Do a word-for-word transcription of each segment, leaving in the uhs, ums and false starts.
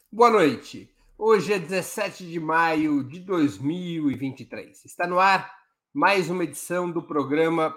Boa noite. Hoje é dezessete de maio de dois mil e vinte e três. Está no ar mais uma edição do programa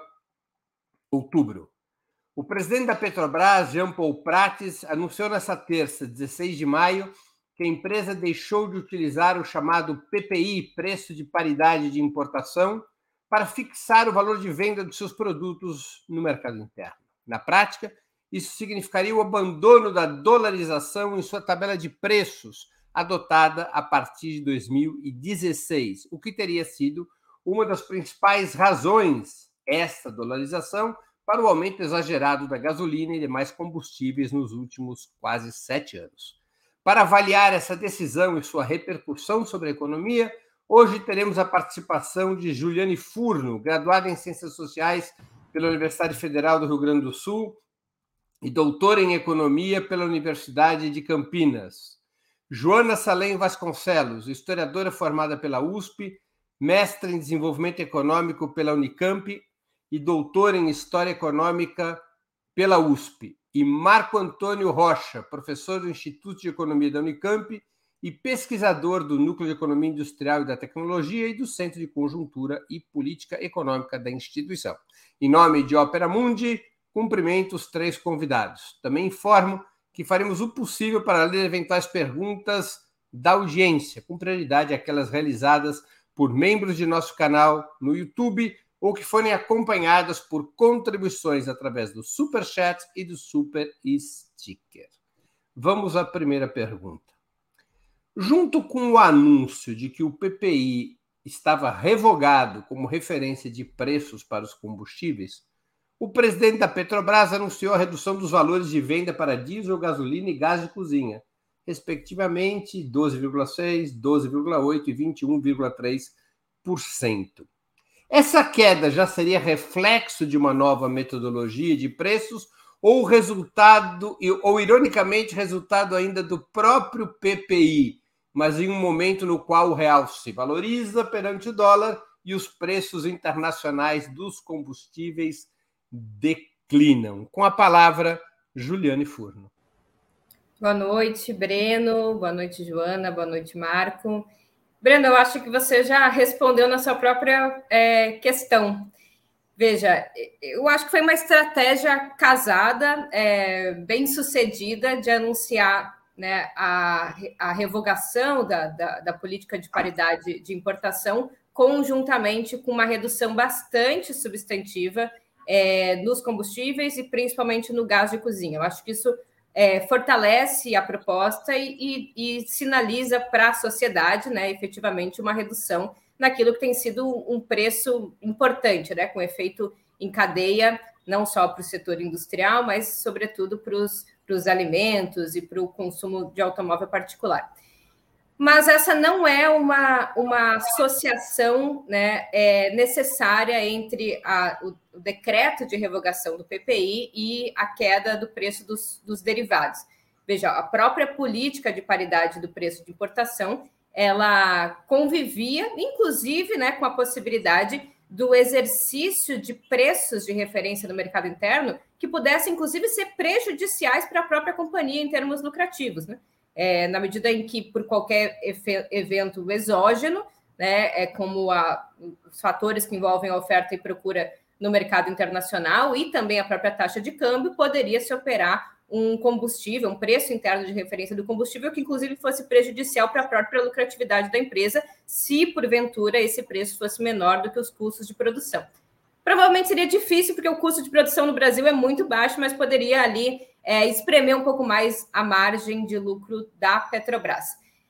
Outubro. O presidente da Petrobras, Jean Paul Prates, anunciou nesta terça, dezesseis de maio, que a empresa deixou de utilizar o chamado P P I, Preço de Paridade de Importação, para fixar o valor de venda dos seus produtos no mercado interno. Na prática, isso significaria o abandono da dolarização em sua tabela de preços, adotada a partir de dois mil e dezesseis, o que teria sido uma das principais razões, esta dolarização, para o aumento exagerado da gasolina e demais combustíveis nos últimos quase sete anos. Para avaliar essa decisão e sua repercussão sobre a economia, hoje teremos a participação de Juliane Furno, graduada em Ciências Sociais pela Universidade Federal do Rio Grande do Sul e doutora em Economia pela Universidade de Campinas. Joana Salem Vasconcelos, historiadora formada pela U S P, mestre em Desenvolvimento Econômico pela Unicamp e doutor em História Econômica pela U S P. E Marco Antônio Rocha, professor do Instituto de Economia da Unicamp e pesquisador do Núcleo de Economia Industrial e da Tecnologia e do Centro de Conjuntura e Política Econômica da instituição. Em nome de Opera Mundi, cumprimento os três convidados. Também informo que faremos o possível para ler eventuais perguntas da audiência, com prioridade aquelas realizadas por membros de nosso canal no YouTube ou que forem acompanhadas por contribuições através do Super Chat e do Super Sticker. Vamos à primeira pergunta. Junto com o anúncio de que o P P I estava revogado como referência de preços para os combustíveis, o presidente da Petrobras anunciou a redução dos valores de venda para diesel, gasolina e gás de cozinha, respectivamente doze vírgula seis por cento, doze vírgula oito por cento e vinte e um vírgula três por cento. Essa queda já seria reflexo de uma nova metodologia de preços ou resultado, ou ironicamente, resultado ainda do próprio P P I, mas em um momento no qual o real se valoriza perante o dólar e os preços internacionais dos combustíveis declinam? Com a palavra, Juliane Furno. Boa noite, Breno. Boa noite, Joana. Boa noite, Marco. Breno, eu acho que você já respondeu na sua própria é, questão. Veja, eu acho que foi uma estratégia casada, é, bem sucedida, de anunciar, né, a, a revogação da, da, da política de paridade de importação, conjuntamente com uma redução bastante substantiva é, nos combustíveis e principalmente no gás de cozinha. Eu acho que isso É, fortalece a proposta e, e, e sinaliza para a sociedade, né, efetivamente, uma redução naquilo que tem sido um preço importante, né, com efeito em cadeia, não só para o setor industrial, mas, sobretudo, para os alimentos e para o consumo de automóvel particular. Mas essa não é uma, uma associação, né, é, necessária entre a, o, o decreto de revogação do P P I e a queda do preço dos, dos derivados. Veja, a própria política de paridade do preço de importação, ela convivia, inclusive, né, com a possibilidade do exercício de preços de referência no mercado interno que pudessem, inclusive, ser prejudiciais para a própria companhia em termos lucrativos, né? É, na medida em que, por qualquer evento exógeno, né, é como a, os fatores que envolvem a oferta e procura no mercado internacional e também a própria taxa de câmbio, poderia se operar um combustível, um preço interno de referência do combustível que, inclusive, fosse prejudicial para a própria lucratividade da empresa, se, porventura, esse preço fosse menor do que os custos de produção. Provavelmente seria difícil, porque o custo de produção no Brasil é muito baixo, mas poderia ali é, espremer um pouco mais a margem de lucro da Petrobras.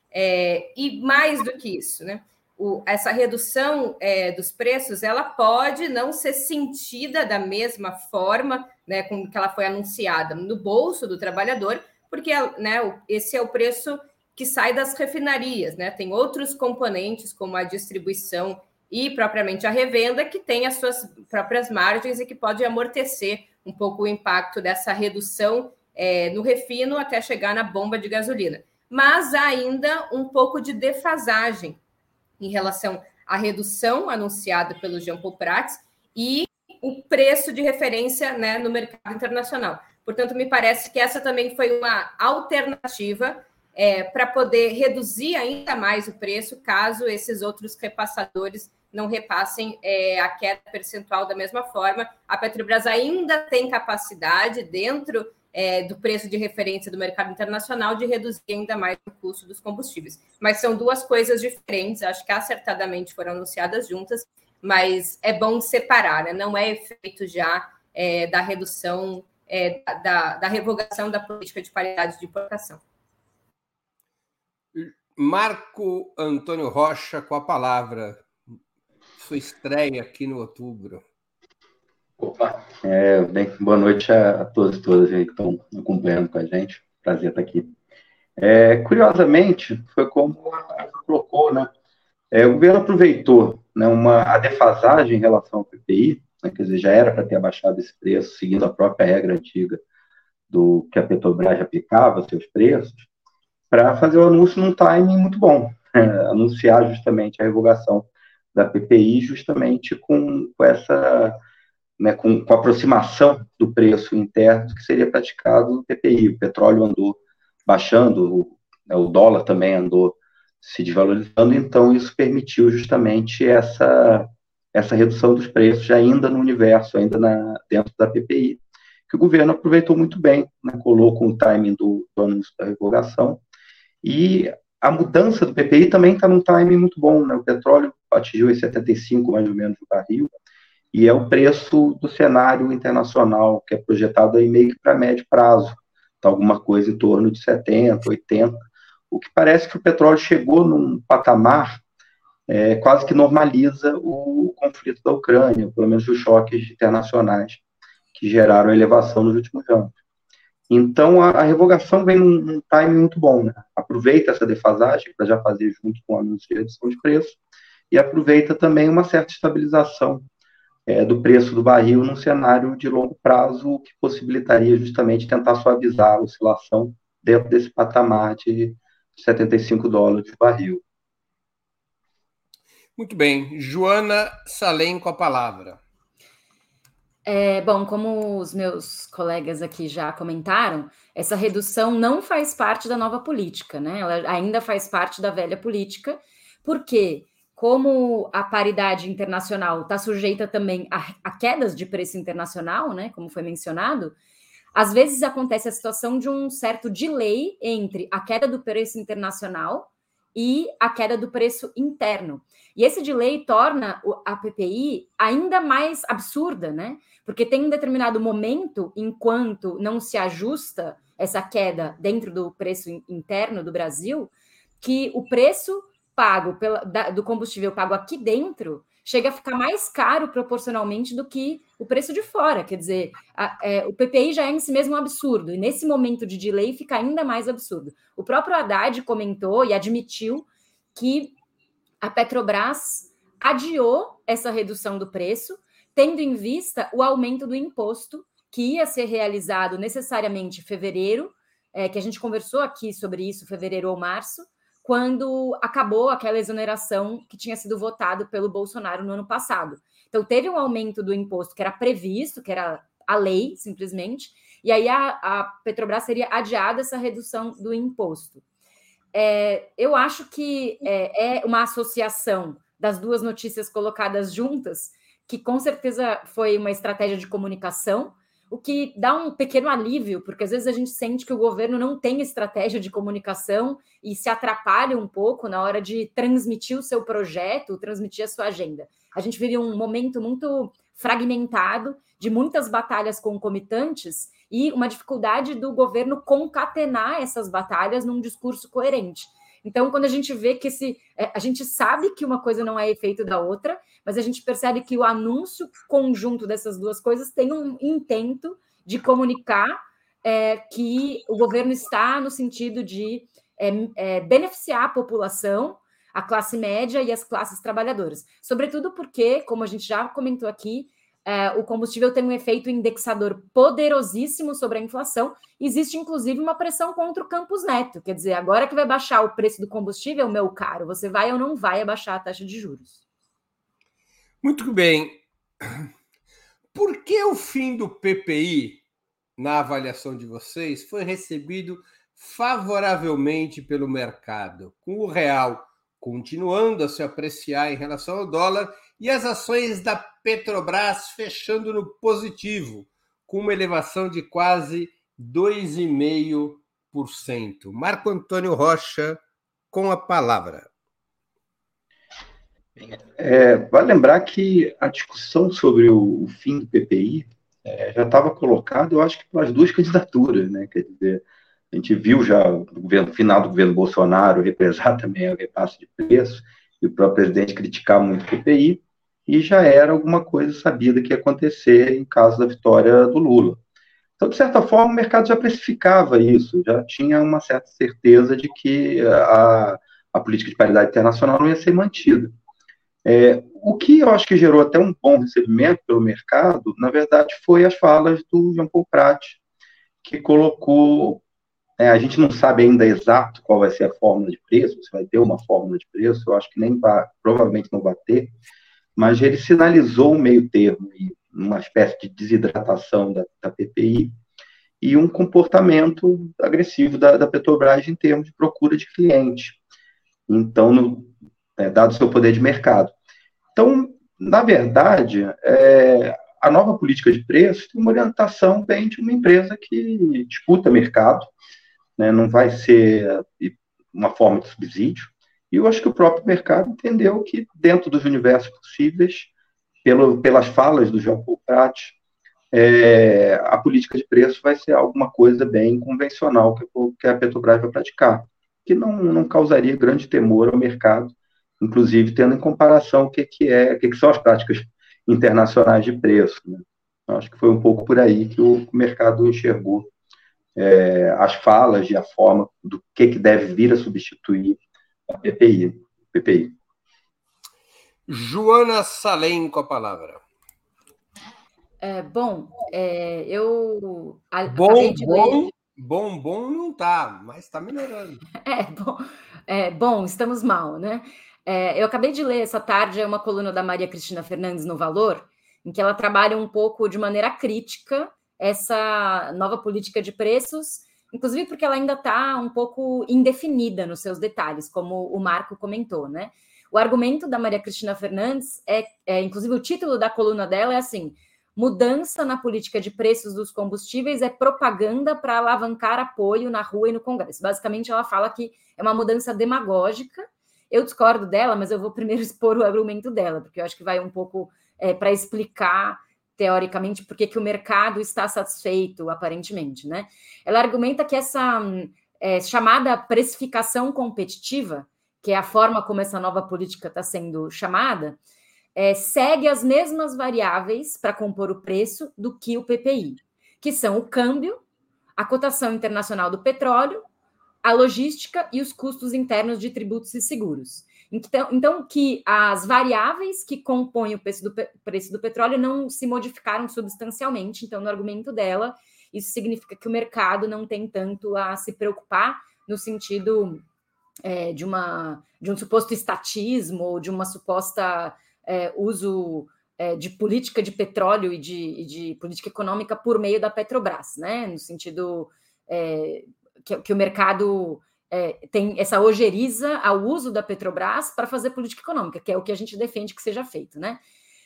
É, e mais do que isso, né? O, essa redução é, dos preços, ela pode não ser sentida da mesma forma, né, com que ela foi anunciada no bolso do trabalhador, porque, né, esse é o preço que sai das refinarias, né? Tem outros componentes, como a distribuição e propriamente a revenda, que tem as suas próprias margens e que pode amortecer um pouco o impacto dessa redução é, no refino até chegar na bomba de gasolina. Mas há ainda um pouco de defasagem em relação à redução anunciada pelo Jean Paul Prats e o preço de referência, né, no mercado internacional. Portanto, me parece que essa também foi uma alternativa é, para poder reduzir ainda mais o preço, caso esses outros repassadores não repassem é, a queda percentual da mesma forma. A Petrobras ainda tem capacidade, dentro é, do preço de referência do mercado internacional, de reduzir ainda mais o custo dos combustíveis. Mas são duas coisas diferentes, acho que acertadamente foram anunciadas juntas, mas é bom separar, né? Não é efeito já é, da redução, é, da, da revogação da política de paridade de importação. Marco Antônio Rocha, com a palavra. Sua estreia aqui no Outubro. Opa, é, bem, boa noite a, a todos e todas aí que estão acompanhando com a gente. Prazer estar aqui. É, curiosamente, foi como a colocou, né? É, o governo aproveitou, né, uma, a defasagem em relação ao P P I, né, quer dizer, já era para ter abaixado esse preço, seguindo a própria regra antiga do que a Petrobras aplicava seus preços, para fazer o anúncio num timing muito bom, é, anunciar justamente a revogação da P P I, justamente com, com essa, né, com, com a aproximação do preço interno que seria praticado no P P I. O petróleo andou baixando, o, né, o dólar também andou se desvalorizando, então isso permitiu justamente essa, essa redução dos preços ainda no universo, ainda na, dentro da P P I, que o governo aproveitou muito bem, né, colocou o timing do, do anúncio da revogação, e a mudança do P P I também está num timing muito bom, né? O petróleo atingiu os setenta e cinco mais ou menos o barril, e é o preço do cenário internacional, que é projetado aí meio que para médio prazo, tá alguma coisa em torno de setenta, oitenta, o que parece que o petróleo chegou num patamar é, quase que normaliza o conflito da Ucrânia, pelo menos os choques internacionais que geraram a elevação nos últimos anos. Então, a, a revogação vem num, num timing muito bom, né? Aproveita essa defasagem para já fazer junto com o anúncio de redução de preço e aproveita também uma certa estabilização é, do preço do barril num cenário de longo prazo que possibilitaria justamente tentar suavizar a oscilação dentro desse patamar de setenta e cinco dólares de barril. Muito bem. Joana Salem com a palavra. É, bom, como os meus colegas aqui já comentaram, essa redução não faz parte da nova política, né? Ela ainda faz parte da velha política, porque como a paridade internacional está sujeita também a, a quedas de preço internacional, né? Como foi mencionado, às vezes acontece a situação de um certo delay entre a queda do preço internacional e a queda do preço interno. E esse delay torna a P P I ainda mais absurda, né? Porque tem um determinado momento, enquanto não se ajusta essa queda dentro do preço interno do Brasil, que o preço pago pela, da, do combustível pago aqui dentro chega a ficar mais caro proporcionalmente do que o preço de fora. Quer dizer, a, é, o P P I já é em si mesmo um absurdo, e nesse momento de delay fica ainda mais absurdo. O próprio Haddad comentou e admitiu que a Petrobras adiou essa redução do preço, tendo em vista o aumento do imposto, que ia ser realizado necessariamente em fevereiro, é, que a gente conversou aqui sobre isso, fevereiro ou março, quando acabou aquela exoneração que tinha sido votado pelo Bolsonaro no ano passado. Então, teve um aumento do imposto que era previsto, que era a lei, simplesmente, e aí a, a Petrobras teria adiado essa redução do imposto. É, eu acho que é, é uma associação das duas notícias colocadas juntas, que com certeza foi uma estratégia de comunicação, o que dá um pequeno alívio, porque às vezes a gente sente que o governo não tem estratégia de comunicação e se atrapalha um pouco na hora de transmitir o seu projeto, transmitir a sua agenda. A gente vive um momento muito fragmentado, de muitas batalhas concomitantes e uma dificuldade do governo concatenar essas batalhas num discurso coerente. Então, quando a gente vê que esse... A gente sabe que uma coisa não é efeito da outra, mas a gente percebe que o anúncio conjunto dessas duas coisas tem um intento de comunicar é, que o governo está no sentido de é, é, beneficiar a população, a classe média e as classes trabalhadoras. Sobretudo porque, como a gente já comentou aqui, é, o combustível tem um efeito indexador poderosíssimo sobre a inflação. Existe, inclusive, uma pressão contra o Campos Neto. Quer dizer, agora que vai baixar o preço do combustível, meu caro, você vai ou não vai abaixar a taxa de juros? Muito bem. Por que o fim do P P I, na avaliação de vocês, foi recebido favoravelmente pelo mercado, com o real continuando a se apreciar em relação ao dólar e as ações da Petrobras fechando no positivo, com uma elevação de quase dois vírgula cinco por cento. Marco Antônio Rocha, com a palavra. É, vale lembrar que a discussão sobre o, o fim do P P I é, já estava colocada, eu acho que pelas duas candidaturas, né? Quer dizer, a gente viu já o governo, final do governo Bolsonaro represar também o repasse de preço e o próprio presidente criticar muito o P P I, e já era alguma coisa sabida que ia acontecer em caso da vitória do Lula. Então, de certa forma, o mercado já precificava isso, já tinha uma certa certeza de que a, a política de paridade internacional não ia ser mantida. É, o que eu acho que gerou até um bom recebimento pelo mercado, na verdade, foi as falas do Jean Paul Prat, que colocou, é, a gente não sabe ainda exato qual vai ser a fórmula de preço, se vai ter uma fórmula de preço, eu acho que nem vai, provavelmente não vai ter, mas ele sinalizou um meio termo, uma espécie de desidratação da, da P P I e um comportamento agressivo da, da Petrobras em termos de procura de cliente. Então, no, é, dado o seu poder de mercado. Então, na verdade, é, a nova política de preços tem uma orientação bem de uma empresa que disputa mercado, né, não vai ser uma forma de subsídio, e eu acho que o próprio mercado entendeu que, dentro dos universos possíveis, pelo, pelas falas do Jean Paul Prat, é, a política de preços vai ser alguma coisa bem convencional que, que a Petrobras vai praticar, que não, não causaria grande temor ao mercado, inclusive tendo em comparação o que, que, é, o que, que são as práticas internacionais de preço. Né? Acho que foi um pouco por aí que o mercado enxergou é, as falas e a forma do que, que deve vir a substituir a P P I. P P I. Joana Salem, com a palavra. É, bom, é, eu bom, de bom, ler... bom, bom não tá, mas está melhorando. É bom, é, bom, estamos mal, né? É, eu acabei de ler essa tarde uma coluna da Maria Cristina Fernandes no Valor, em que ela trabalha um pouco de maneira crítica essa nova política de preços, inclusive porque ela ainda está um pouco indefinida nos seus detalhes, como o Marco comentou, né? O argumento da Maria Cristina Fernandes é, é inclusive o título da coluna dela é assim: mudança na política de preços dos combustíveis é propaganda para alavancar apoio na rua e no Congresso. Basicamente, ela fala que é uma mudança demagógica. Eu discordo dela, mas eu vou primeiro expor o argumento dela, porque eu acho que vai um pouco é, para explicar, teoricamente, por que que o mercado está satisfeito, aparentemente, né? Ela argumenta que essa é, chamada precificação competitiva, que é a forma como essa nova política está sendo chamada, É, segue as mesmas variáveis para compor o preço do que o P P I, que são o câmbio, a cotação internacional do petróleo, a logística e os custos internos de tributos e seguros. Então, então que as variáveis que compõem o preço do, preço do petróleo não se modificaram substancialmente. Então, no argumento dela, isso significa que o mercado não tem tanto a se preocupar no sentido é, de, uma, de um suposto estatismo ou de uma suposta... É, uso é, de política de petróleo e de, e de política econômica por meio da Petrobras, né? No sentido é, que, que o mercado é, tem essa ojeriza ao uso da Petrobras para fazer política econômica, que é o que a gente defende que seja feito, né?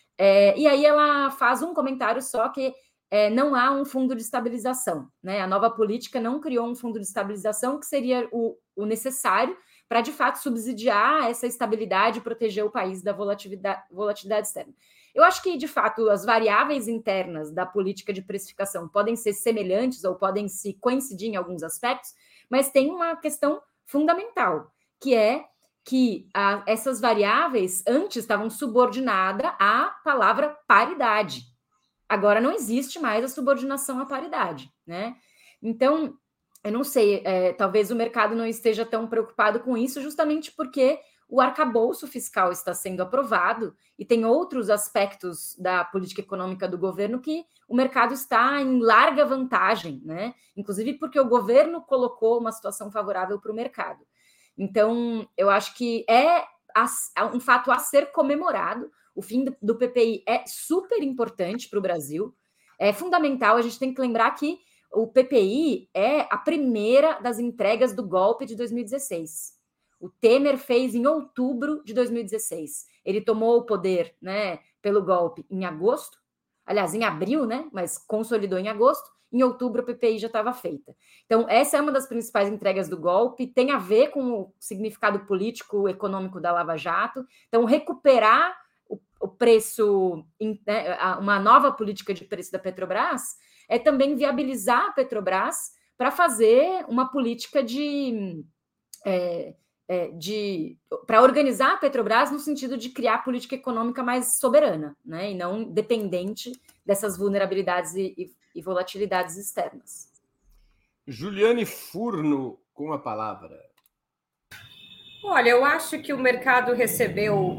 É, e aí ela faz um comentário só que é, não há um fundo de estabilização, né? A nova política não criou um fundo de estabilização que seria o, o necessário para, de fato, subsidiar essa estabilidade e proteger o país da volatilidade, volatilidade externa. Eu acho que, de fato, as variáveis internas da política de precificação podem ser semelhantes ou podem se coincidir em alguns aspectos, mas tem uma questão fundamental, que é que a, essas variáveis antes estavam subordinadas à palavra paridade. Agora não existe mais a subordinação à paridade, né? Então, eu não sei, é, talvez o mercado não esteja tão preocupado com isso, justamente porque o arcabouço fiscal está sendo aprovado e tem outros aspectos da política econômica do governo que o mercado está em larga vantagem, né? Inclusive porque o governo colocou uma situação favorável para o mercado. Então, eu acho que é um fato a ser comemorado. O fim do P P I é super importante para o Brasil, é fundamental. A gente tem que lembrar que o P P I é a primeira das entregas do golpe de dois mil e dezesseis. O Temer fez em outubro de dois mil e dezesseis. Ele tomou o poder, né, pelo golpe em agosto, aliás, em abril, né, mas consolidou em agosto. Em outubro, a P P I já estava feita. Então, essa é uma das principais entregas do golpe, tem a ver com o significado político, econômico da Lava Jato. Então, recuperar o, o preço, né, uma nova política de preço da Petrobras, é também viabilizar a Petrobras para fazer uma política de... É, é, de para organizar a Petrobras no sentido de criar política econômica mais soberana, né, e não dependente dessas vulnerabilidades e, e, e volatilidades externas. Juliane Furno, com a palavra. Olha, eu acho que o mercado recebeu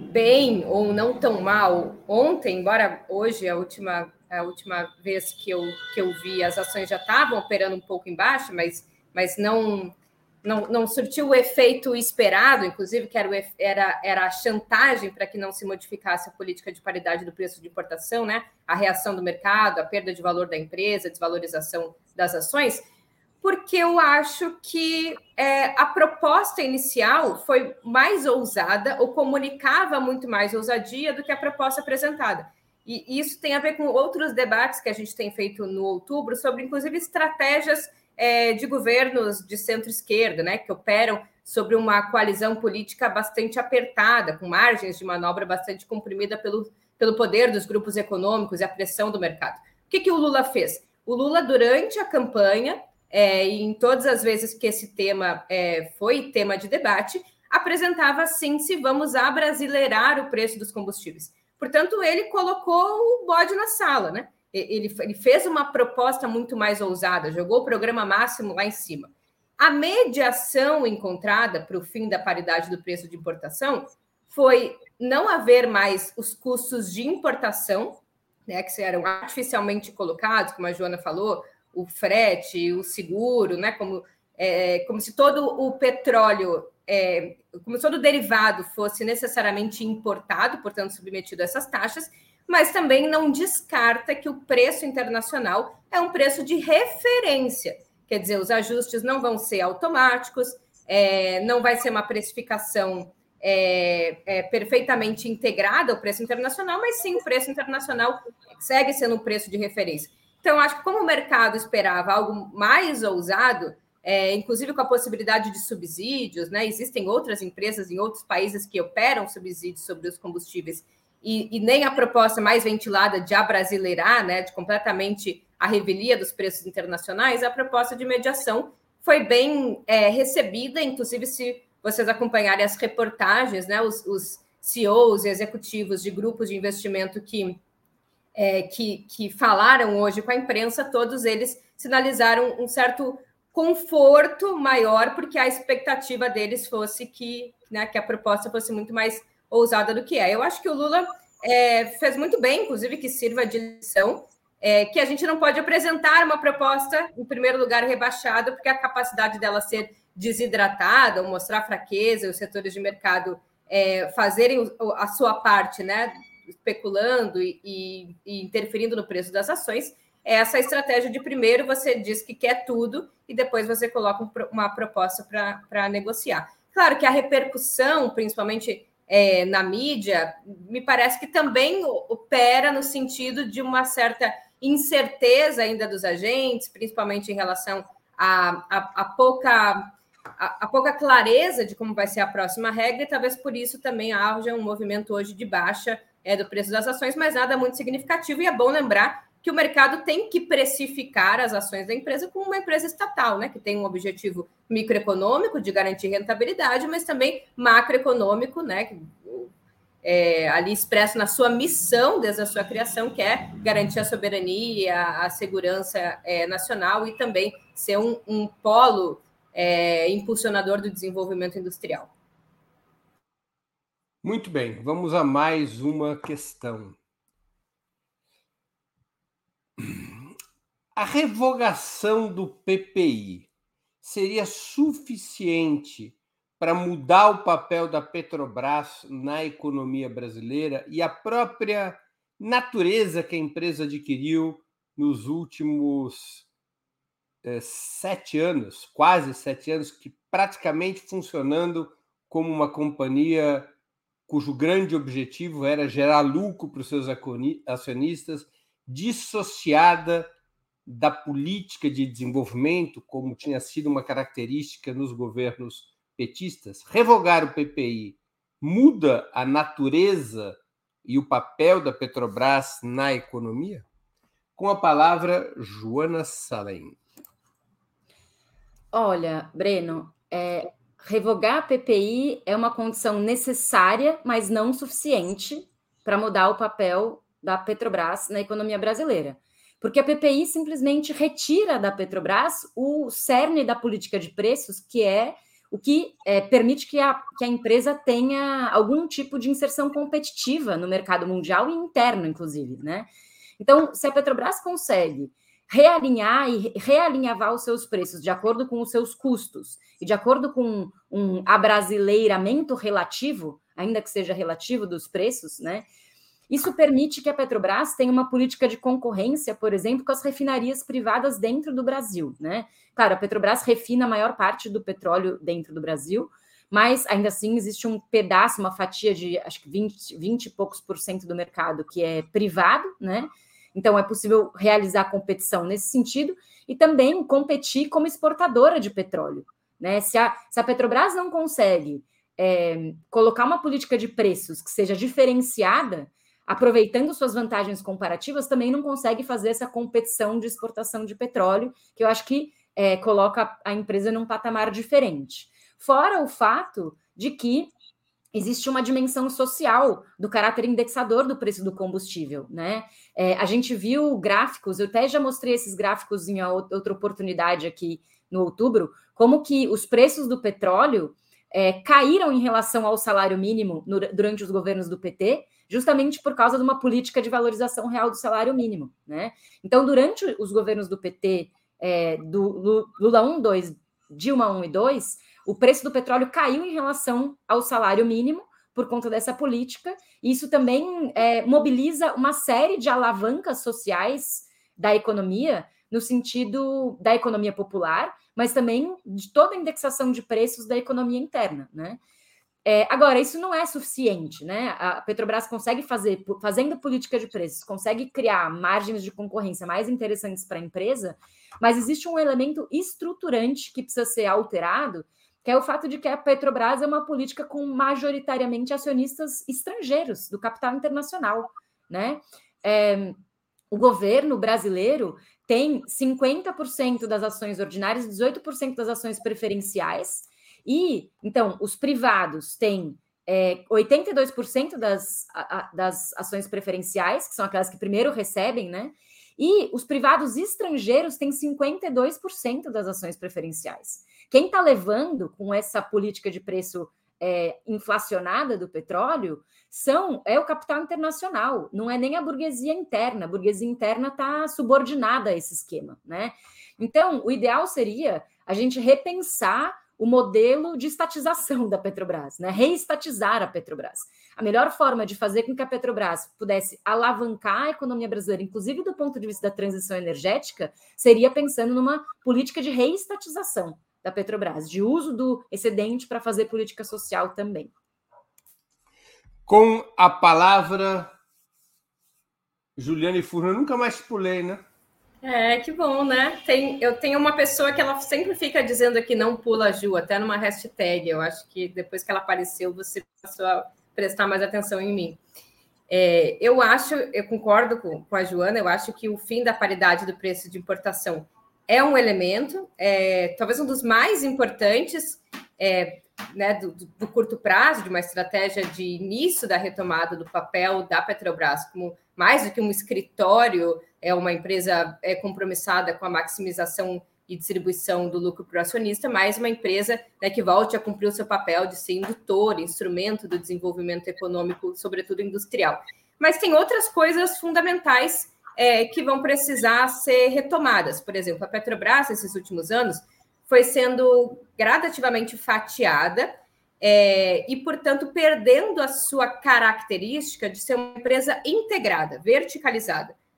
bem ou não tão mal ontem, embora hoje, a última, a última vez que eu, que eu vi, as ações já estavam operando um pouco embaixo, mas, mas não, não, não surtiu o efeito esperado, inclusive, que era, o, era, era a chantagem para que não se modificasse a política de paridade do preço de importação, né? A reação do mercado, a perda de valor da empresa, a desvalorização das ações, porque eu acho que é, a proposta inicial foi mais ousada, ou comunicava muito mais ousadia do que a proposta apresentada. E isso tem a ver com outros debates que a gente tem feito no outubro, sobre, inclusive, estratégias é, de governos de centro-esquerda, né, que operam sobre uma coalizão política bastante apertada, com margens de manobra bastante comprimida pelo, pelo poder dos grupos econômicos e a pressão do mercado. O que, que o Lula fez? O Lula, durante a campanha, É, em todas as vezes que esse tema é, foi tema de debate, apresentava assim, se vamos abrasileirar o preço dos combustíveis. Portanto, ele colocou o bode na sala, né? Ele, ele fez uma proposta muito mais ousada, jogou o programa máximo lá em cima. A mediação encontrada para o fim da paridade do preço de importação foi não haver mais os custos de importação, né, que eram artificialmente colocados, como a Joana falou, o frete, o seguro, né? Como, é, como se todo o petróleo, é, como se todo o derivado fosse necessariamente importado, portanto, submetido a essas taxas, mas também não descarta que o preço internacional é um preço de referência. Quer dizer, os ajustes não vão ser automáticos, é, não vai ser uma precificação é, é, perfeitamente integrada ao preço internacional, mas sim o preço internacional segue sendo um preço de referência. Então, acho que como o mercado esperava algo mais ousado, é, inclusive com a possibilidade de subsídios, né? Existem outras empresas em outros países que operam subsídios sobre os combustíveis, e, e nem a proposta mais ventilada de abrasileirar, né, de completamente a revelia dos preços internacionais, a proposta de mediação foi bem é, recebida, inclusive se vocês acompanharem as reportagens, né, os, os C E Os e executivos de grupos de investimento que É, que, que falaram hoje com a imprensa, todos eles sinalizaram um certo conforto maior, porque a expectativa deles fosse que, né, que a proposta fosse muito mais ousada do que é. Eu acho que o Lula é, fez muito bem, inclusive que sirva de lição, é, que a gente não pode apresentar uma proposta, em primeiro lugar, rebaixada, porque a capacidade dela ser desidratada ou mostrar fraqueza, os setores de mercado é, fazerem a sua parte, né, especulando e, e, e interferindo no preço das ações, é essa estratégia de primeiro você diz que quer tudo e depois você coloca um, uma proposta para negociar. Claro que a repercussão, principalmente é, na mídia, me parece que também opera no sentido de uma certa incerteza ainda dos agentes, principalmente em relação a, a, a pouca... A, a pouca clareza de como vai ser a próxima regra, e talvez por isso também haja um movimento hoje de baixa é, do preço das ações, mas nada muito significativo, e é bom lembrar que o mercado tem que precificar as ações da empresa como uma empresa estatal, né, que tem um objetivo microeconômico de garantir rentabilidade, mas também macroeconômico, né, que, é, ali expresso na sua missão desde a sua criação, que é garantir a soberania, a segurança é, nacional e também ser um, um polo É, impulsionador do desenvolvimento industrial. Muito bem, vamos a mais uma questão. A revogação do P P I seria suficiente para mudar o papel da Petrobras na economia brasileira e a própria natureza que a empresa adquiriu nos últimos eh, sete anos, quase sete anos, que praticamente funcionando como uma companhia cujo grande objetivo era gerar lucro para os seus acionistas, dissociada da política de desenvolvimento, como tinha sido uma característica nos governos petistas. Revogar o P P I muda a natureza e o papel da Petrobras na economia? Com a palavra, Joana Salem. Olha, Breno, é, revogar a P P I é uma condição necessária, mas não suficiente para mudar o papel da Petrobras na economia brasileira. Porque a P P I simplesmente retira da Petrobras o cerne da política de preços, que é o que é, permite que a, que a empresa tenha algum tipo de inserção competitiva no mercado mundial e interno, inclusive, né? Então, se a Petrobras consegue realinhar e realinhavar os seus preços de acordo com os seus custos e de acordo com um abrasileiramento relativo, ainda que seja relativo dos preços, né? Isso permite que a Petrobras tenha uma política de concorrência, por exemplo, com as refinarias privadas dentro do Brasil, né? Claro, a Petrobras refina a maior parte do petróleo dentro do Brasil, mas ainda assim existe um pedaço, uma fatia de acho que vinte, vinte e poucos por cento do mercado que é privado, né? Então, é possível realizar competição nesse sentido e também competir como exportadora de petróleo, né? Se a, se a Petrobras não consegue é, colocar uma política de preços que seja diferenciada, aproveitando suas vantagens comparativas, também não consegue fazer essa competição de exportação de petróleo, que eu acho que é, coloca a empresa num patamar diferente. Fora o fato de que existe uma dimensão social do caráter indexador do preço do combustível, né? É, a gente viu gráficos, eu até já mostrei esses gráficos em outra oportunidade aqui no outubro, como que os preços do petróleo é, caíram em relação ao salário mínimo no, durante os governos do P T, justamente por causa de uma política de valorização real do salário mínimo, né? Então, durante os governos do P T, é, do Lula um, dois, Dilma um e dois, o preço do petróleo caiu em relação ao salário mínimo por conta dessa política, e isso também é, mobiliza uma série de alavancas sociais da economia, no sentido da economia popular, mas também de toda a indexação de preços da economia interna, né? É, agora, isso não é suficiente, né? A Petrobras consegue fazer, fazendo política de preços, consegue criar margens de concorrência mais interessantes para a empresa, mas existe um elemento estruturante que precisa ser alterado, que é o fato de que a Petrobras é uma política com majoritariamente acionistas estrangeiros, do capital internacional, né? É, o governo brasileiro tem cinquenta por cento das ações ordinárias e dezoito por cento das ações preferenciais, e, então, os privados têm é, oitenta e dois por cento das, a, das ações preferenciais, que são aquelas que primeiro recebem, né? E os privados estrangeiros têm cinquenta e dois por cento das ações preferenciais. Quem está levando com essa política de preço é, inflacionada do petróleo são, é o capital internacional, não é nem a burguesia interna. A burguesia interna está subordinada a esse esquema, né? Então, o ideal seria a gente repensar o modelo de estatização da Petrobras, né? Reestatizar a Petrobras. A melhor forma de fazer com que a Petrobras pudesse alavancar a economia brasileira, inclusive do ponto de vista da transição energética, seria pensando numa política de reestatização da Petrobras, de uso do excedente para fazer política social também. Com a palavra, Juliane Furno, eu nunca mais pulei, né? É, que bom, né? Tem, eu tenho uma pessoa que ela sempre fica dizendo que não pula Ju, até numa hashtag. Eu acho que depois que ela apareceu, você passou a prestar mais atenção em mim. É, eu acho, eu concordo com, com a Joana, eu acho que o fim da paridade do preço de importação é um elemento, é, talvez um dos mais importantes, é, né, do, do curto prazo, de uma estratégia de início da retomada do papel da Petrobras, como mais do que um escritório, é uma empresa é, compromissada com a maximização e distribuição do lucro para o acionista, mas uma empresa, né, que volte a cumprir o seu papel de ser indutor, instrumento do desenvolvimento econômico, sobretudo industrial. Mas tem outras coisas fundamentais é, que vão precisar ser retomadas. Por exemplo, a Petrobras, nesses últimos anos, foi sendo gradativamente fatiada é, e, portanto, perdendo a sua característica de ser uma empresa integrada, verticalizada.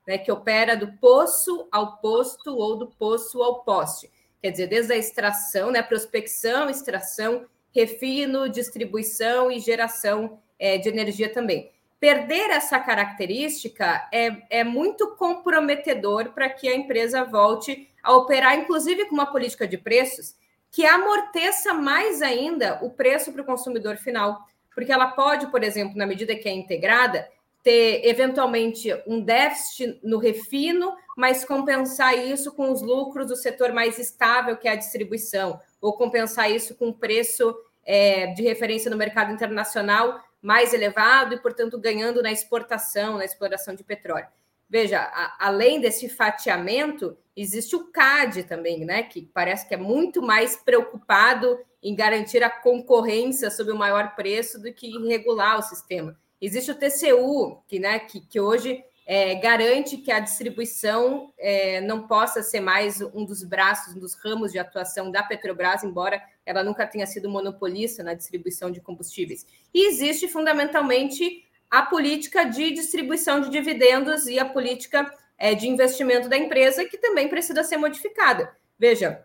né, que opera do poço ao posto ou do poço ao poste. Quer dizer, desde a extração, né, prospecção, extração, refino, distribuição e geração é, de energia também. Perder essa característica é, é muito comprometedor para que a empresa volte a operar, inclusive com uma política de preços que amorteça mais ainda o preço para o consumidor final, porque ela pode, por exemplo, na medida que é integrada, ter eventualmente um déficit no refino, mas compensar isso com os lucros do setor mais estável, que é a distribuição, ou compensar isso com o preço é, de referência no mercado internacional mais elevado e, portanto, ganhando na exportação, na exploração de petróleo. Veja, a, além desse fatiamento, existe o C A D também, né, que parece que é muito mais preocupado em garantir a concorrência sob o maior preço do que em regular o sistema. Existe o T C U, que, né, que, que hoje é, garante que a distribuição é, não possa ser mais um dos braços, um dos ramos de atuação da Petrobras, embora ela nunca tenha sido monopolista na distribuição de combustíveis. E existe, fundamentalmente, a política de distribuição de dividendos e a política é, de investimento da empresa, que também precisa ser modificada. Veja,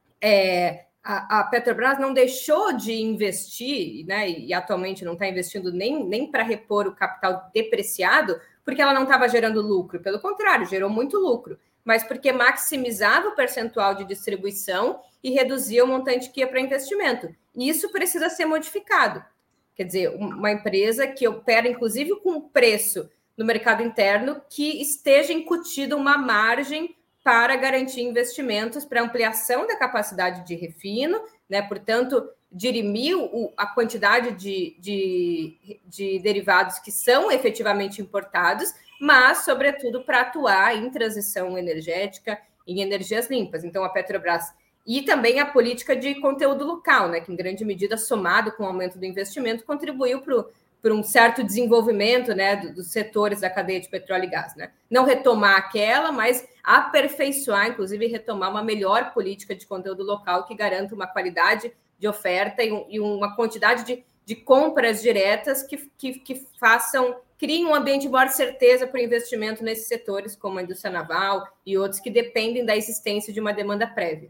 é, a, a Petrobras não deixou de investir, né, e atualmente não está investindo nem, nem para repor o capital depreciado, porque ela não estava gerando lucro. Pelo contrário, gerou muito lucro, mas porque maximizava o percentual de distribuição e reduzia o montante que ia para investimento. E isso precisa ser modificado. Quer dizer, uma empresa que opera, inclusive, com preço no mercado interno, que esteja incutida uma margem para garantir investimentos para ampliação da capacidade de refino, né? Portanto, dirimir o, a quantidade de, de, de derivados que são efetivamente importados, mas, sobretudo, para atuar em transição energética, em energias limpas. Então, a Petrobras... E também a política de conteúdo local, né, que em grande medida, somado com o aumento do investimento, contribuiu para um certo desenvolvimento, né, do, dos setores da cadeia de petróleo e gás. Né? Não retomar aquela, mas aperfeiçoar, inclusive retomar uma melhor política de conteúdo local que garanta uma qualidade de oferta e, um, e uma quantidade de, de compras diretas que, que, que façam, criem um ambiente de maior certeza para o investimento nesses setores, como a indústria naval e outros que dependem da existência de uma demanda prévia.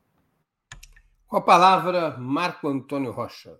Com a palavra, Marco Antônio Rocha.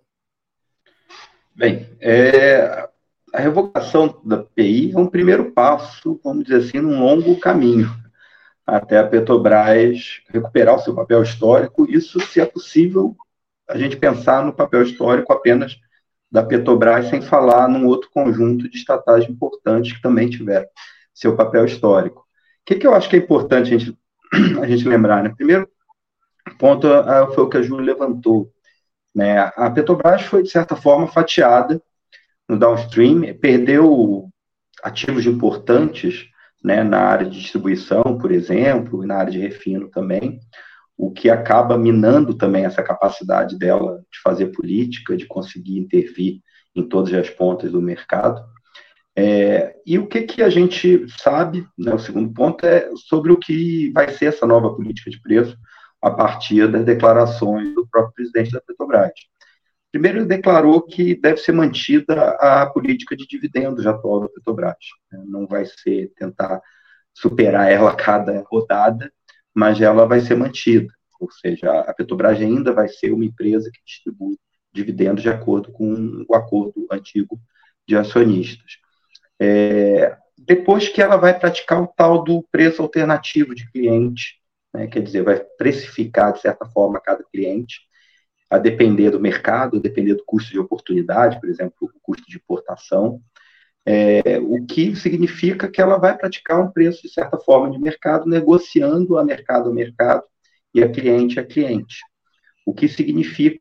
Bem, é, a revogação da P I é um primeiro passo, vamos dizer assim, num longo caminho, até a Petrobras recuperar o seu papel histórico. Isso, se é possível, a gente pensar no papel histórico apenas da Petrobras, sem falar num outro conjunto de estatais importantes que também tiveram seu papel histórico. O que, que eu acho que é importante a gente, a gente lembrar, né? Primeiro, ponto foi o que a Júlia levantou. Né? A Petrobras foi, de certa forma, fatiada no downstream, perdeu ativos importantes, né, na área de distribuição, por exemplo, e na área de refino também, o que acaba minando também essa capacidade dela de fazer política, de conseguir intervir em todas as pontas do mercado. É, e o que, que a gente sabe, né, o segundo ponto, é sobre o que vai ser essa nova política de preço a partir das declarações do próprio presidente da Petrobras. Primeiro, ele declarou que deve ser mantida a política de dividendos atual da Petrobras. Não vai ser tentar superar ela a cada rodada, mas ela vai ser mantida. Ou seja, a Petrobras ainda vai ser uma empresa que distribui dividendos de acordo com o acordo antigo de acionistas. É, depois que ela vai praticar o tal do preço alternativo de cliente, né, quer dizer, vai precificar, de certa forma, cada cliente, a depender do mercado, a depender do custo de oportunidade, por exemplo, o custo de importação, é, o que significa que ela vai praticar um preço, de certa forma, de mercado, negociando a mercado a mercado e a cliente a cliente. O que significa...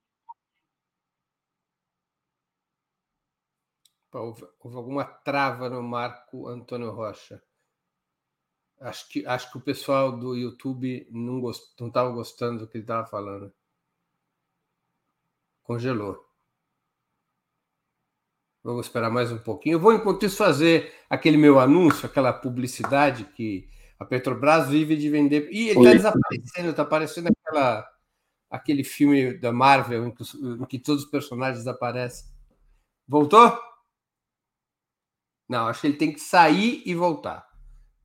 Houve, houve alguma trava no Marco Antônio Rocha. Acho que, acho que o pessoal do YouTube não gost, não estava gostando do que ele estava falando. Congelou. Vamos esperar mais um pouquinho. Eu vou, enquanto isso, fazer aquele meu anúncio, aquela publicidade que a Petrobras vive de vender. Ih, ele está desaparecendo, está aparecendo aquela, aquele filme da Marvel em que, em que todos os personagens aparecem. Voltou? Não, acho que ele tem que sair e voltar.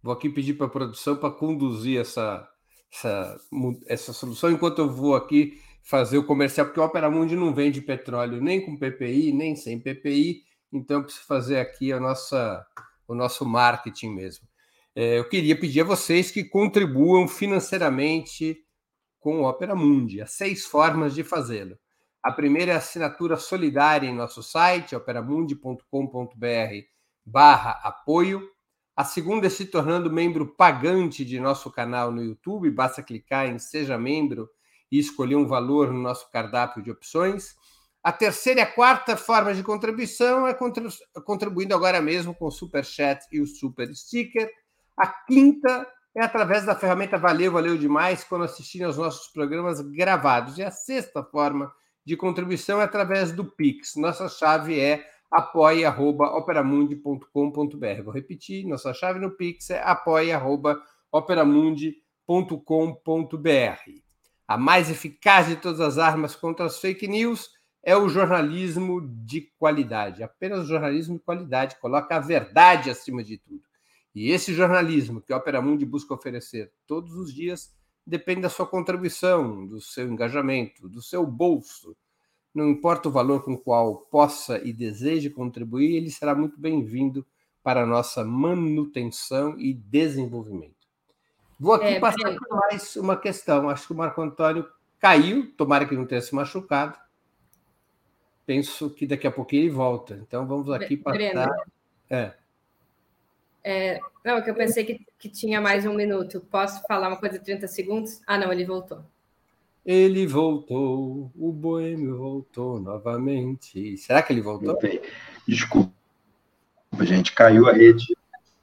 Vou aqui pedir para a produção para conduzir essa, essa, essa solução, enquanto eu vou aqui fazer o comercial, porque o Opera Mundi não vende petróleo nem com P P I, nem sem P P I, então eu preciso fazer aqui a nossa, o nosso marketing mesmo. É, eu queria pedir a vocês que contribuam financeiramente com o Opera Mundi. Há seis formas de fazê-lo. A primeira é a assinatura solidária em nosso site, operamundi ponto com ponto br barra apoio. A segunda é se tornando membro pagante de nosso canal no YouTube. Basta clicar em Seja Membro e escolher um valor no nosso cardápio de opções. A terceira e a quarta forma de contribuição é contribuindo agora mesmo com o Super Chat e o Super Sticker. A quinta é através da ferramenta Valeu, Valeu Demais, quando assistirem aos nossos programas gravados. E a sexta forma de contribuição é através do Pix. Nossa chave é apoia arroba operamundi ponto com ponto br. Vou repetir, nossa chave no Pix é apoia arroba operamundi ponto com ponto br. A mais eficaz de todas as armas contra as fake news é o jornalismo de qualidade. Apenas o jornalismo de qualidade coloca a verdade acima de tudo. E esse jornalismo que a Opera Mundi busca oferecer todos os dias depende da sua contribuição, do seu engajamento, do seu bolso. Não importa o valor com o qual possa e deseje contribuir, ele será muito bem-vindo para a nossa manutenção e desenvolvimento. Vou aqui é, passar bem. por mais uma questão. Acho que o Marco Antônio caiu, tomara que não tenha se machucado. Penso que daqui a pouquinho ele volta. Então, vamos aqui passar... É. É, não, é que eu pensei que, que tinha mais um minuto. Posso falar uma coisa de trinta segundos? Ah, não, ele voltou. Ele voltou, o boêmio voltou novamente. Será que ele voltou? Desculpa, gente, caiu a rede.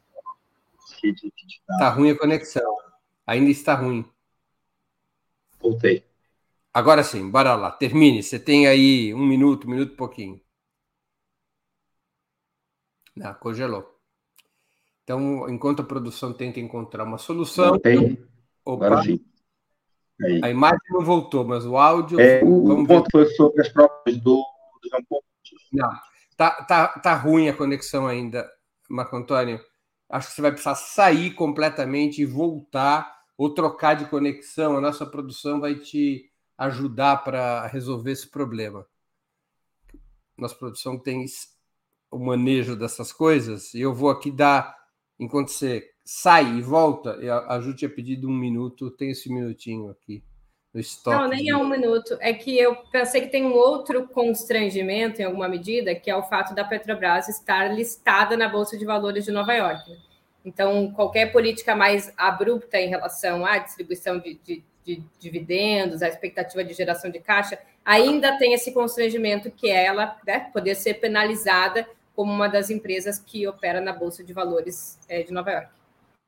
Está ruim a conexão. Ainda está ruim. Voltei. Agora sim, bora lá. Termine. Você tem aí um minuto, um minuto e pouquinho. Não, congelou. Então, enquanto a produção tenta encontrar uma solução... Voltei. Opa, agora sim. Aí. A imagem não voltou, mas o áudio... É, o ponto foi sobre as próprias do, do Jean Paul. Não, tá, tá, tá ruim a conexão ainda, Marco Antônio. Acho que você vai precisar sair completamente e voltar ou trocar de conexão. A nossa produção vai te ajudar para resolver esse problema. Nossa produção tem o manejo dessas coisas e eu vou aqui dar... Enquanto você sai e volta, a Ju tinha pedido um minuto, tem esse minutinho aqui no estoque. Não, nem de... é um minuto. É que eu pensei que tem um outro constrangimento, em alguma medida, que é o fato da Petrobras estar listada na Bolsa de Valores de Nova York. Então, qualquer política mais abrupta em relação à distribuição de, de, de dividendos, à expectativa de geração de caixa, ainda tem esse constrangimento que é ela, né, poder ser penalizada como uma das empresas que opera na Bolsa de Valores é, de Nova York.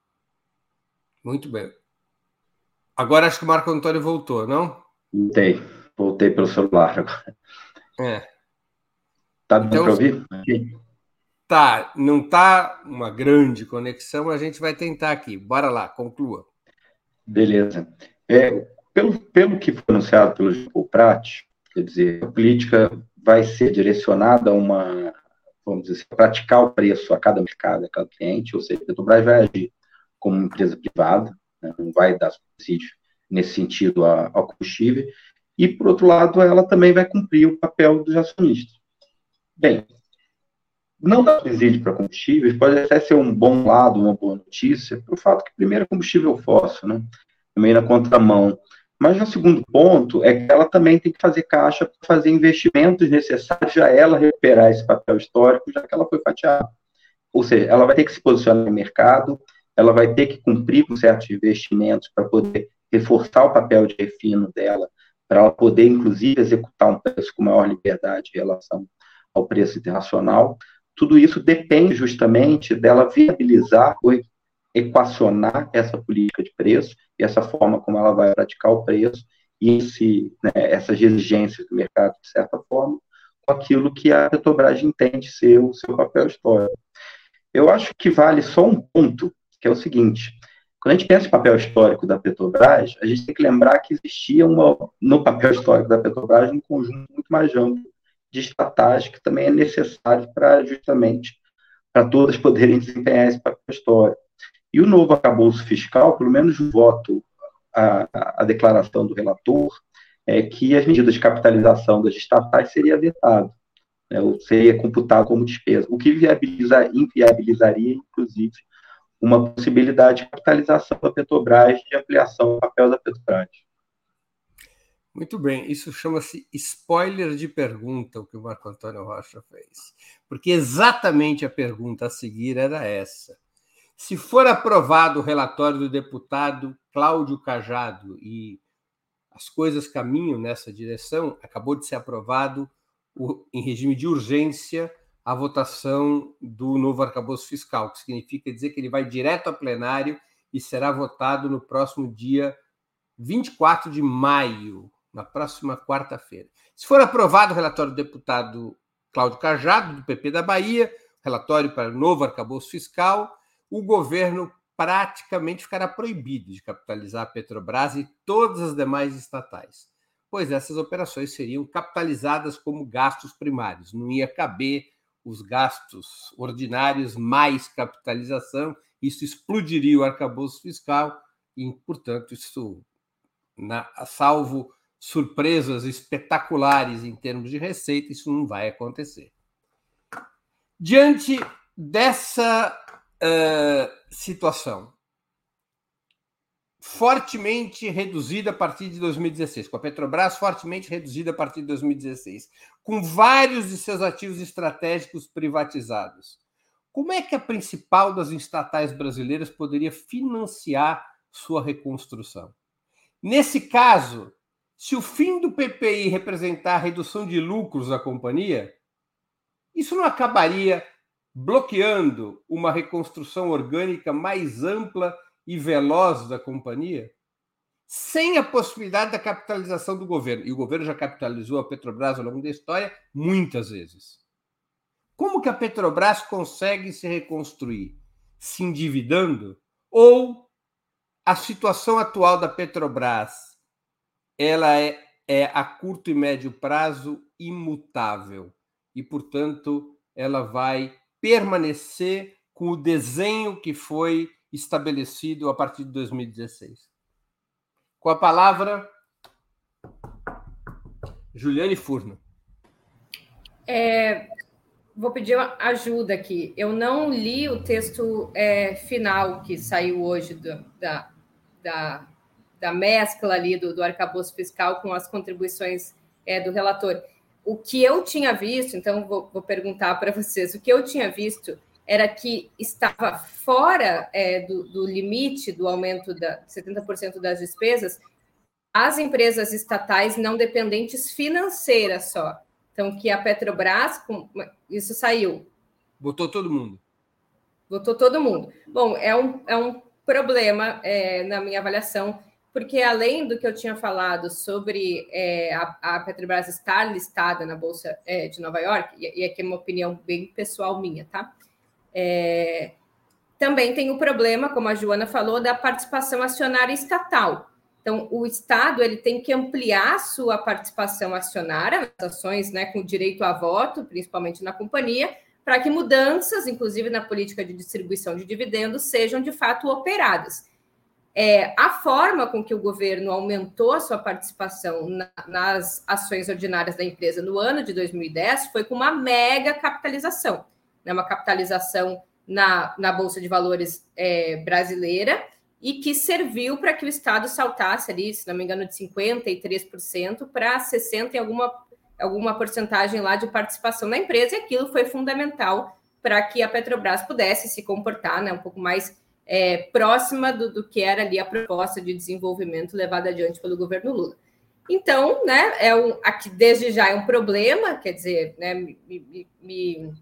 Muito bem. Agora acho que o Marco Antônio voltou, não? Voltei. Voltei pelo celular agora. É. Tá dando então, para ouvir? Aqui. Tá. Não tá uma grande conexão, a gente vai tentar aqui. Bora lá, conclua. Beleza. É, pelo, pelo que foi anunciado pelo Jean Paul Prat, quer dizer, a política vai ser direcionada a uma... vamos dizer, praticar o preço a cada mercado, a cada cliente, ou seja, a Petrobras vai agir como uma empresa privada, né, não vai dar subsídio nesse sentido ao combustível, e, por outro lado, ela também vai cumprir o papel dos acionistas. Bem, não dar subsídio para combustíveis pode até ser um bom lado, uma boa notícia, pelo fato que, primeiro, é combustível fóssil, né, meio na contramão. Mas o segundo ponto é que ela também tem que fazer caixa para fazer investimentos necessários a ela recuperar esse papel histórico, já que ela foi fatiada. Ou seja, ela vai ter que se posicionar no mercado, ela vai ter que cumprir com certos investimentos para poder reforçar o papel de refino dela, para ela poder, inclusive, executar um preço com maior liberdade em relação ao preço internacional. Tudo isso depende justamente dela viabilizar ou equacionar essa política de preço e essa forma como ela vai praticar o preço e esse, né, essas exigências do mercado, de certa forma, com aquilo que a Petrobras entende ser o seu papel histórico. Eu acho que vale só um ponto, que é o seguinte: quando a gente pensa em papel histórico da Petrobras, a gente tem que lembrar que existia uma, no papel histórico da Petrobras um conjunto muito mais amplo de estatais que também é necessário para justamente para todas poderem desempenhar esse papel histórico. E o novo arcabouço fiscal, pelo menos o voto, a, a declaração do relator, é que as medidas de capitalização das estatais seria vetado, né, ou seria computado como despesa, o que viabiliza, inviabilizaria, inclusive, uma possibilidade de capitalização da Petrobras e de ampliação do papel da Petrobras. Muito bem, isso chama-se spoiler de pergunta, o que o Marco Antônio Rocha fez. Porque exatamente a pergunta a seguir era essa. Se for aprovado o relatório do deputado Cláudio Cajado, e as coisas caminham nessa direção, acabou de ser aprovado o, em regime de urgência a votação do novo arcabouço fiscal, que significa dizer que ele vai direto a plenário e será votado no próximo dia vinte e quatro de maio, na próxima quarta-feira. Se for aprovado o relatório do deputado Cláudio Cajado, do P P da Bahia, relatório para o novo arcabouço fiscal, o governo praticamente ficará proibido de capitalizar a Petrobras e todas as demais estatais, pois essas operações seriam capitalizadas como gastos primários. Não ia caber os gastos ordinários mais capitalização, isso explodiria o arcabouço fiscal e, portanto, isso, na, salvo surpresas espetaculares em termos de receita, isso não vai acontecer. Diante dessa uh, situação, fortemente reduzida a partir de dois mil e dezesseis, com a Petrobras fortemente reduzida a partir de dois mil e dezesseis, com vários de seus ativos estratégicos privatizados, como é que a principal das estatais brasileiras poderia financiar sua reconstrução? Nesse caso, se o fim do P P I representar a redução de lucros da companhia, isso não acabaria bloqueando uma reconstrução orgânica mais ampla e veloz da companhia, sem a possibilidade da capitalização do governo? E o governo já capitalizou a Petrobras ao longo da história muitas vezes. Como que a Petrobras consegue se reconstruir? Se endividando? Ou a situação atual da Petrobras, ela é, é a curto e médio prazo imutável e, portanto, ela vai permanecer com o desenho que foi estabelecido a partir de dois mil e dezesseis. Com a palavra, Juliane Furno. É, vou pedir ajuda aqui. Eu não li o texto é, final que saiu hoje do, da, da, da mescla ali do, do arcabouço fiscal com as contribuições é, do relator. O que eu tinha visto, então vou, vou perguntar para vocês, o que eu tinha visto era que estava fora é, do, do limite do aumento de setenta por cento das despesas as empresas estatais não dependentes financeiras só. Então, que a Petrobras, isso saiu. Botou todo mundo. Botou todo mundo. Bom, é um, é um problema é, na minha avaliação, porque além do que eu tinha falado sobre é, a, a Petrobras estar listada na Bolsa é, de Nova York, e, e aqui é uma opinião bem pessoal minha, tá? É, também tem o problema, como a Joana falou, da participação acionária estatal. Então, o Estado ele tem que ampliar sua participação acionária nas ações, né, com direito a voto, principalmente na companhia, para que mudanças, inclusive na política de distribuição de dividendos, sejam de fato operadas. É, a forma com que o governo aumentou a sua participação na, nas ações ordinárias da empresa no ano de dois mil e dez foi com uma mega capitalização, né, uma capitalização na, na Bolsa de Valores é, brasileira, e que serviu para que o Estado saltasse ali, se não me engano, de cinquenta e três por cento para sessenta por cento em alguma, alguma porcentagem lá de participação na empresa, e aquilo foi fundamental para que a Petrobras pudesse se comportar, né, um pouco mais é, próxima do, do que era ali a proposta de desenvolvimento levada adiante pelo governo Lula. Então, né, é um, aqui desde já é um problema, quer dizer, né, me, me, me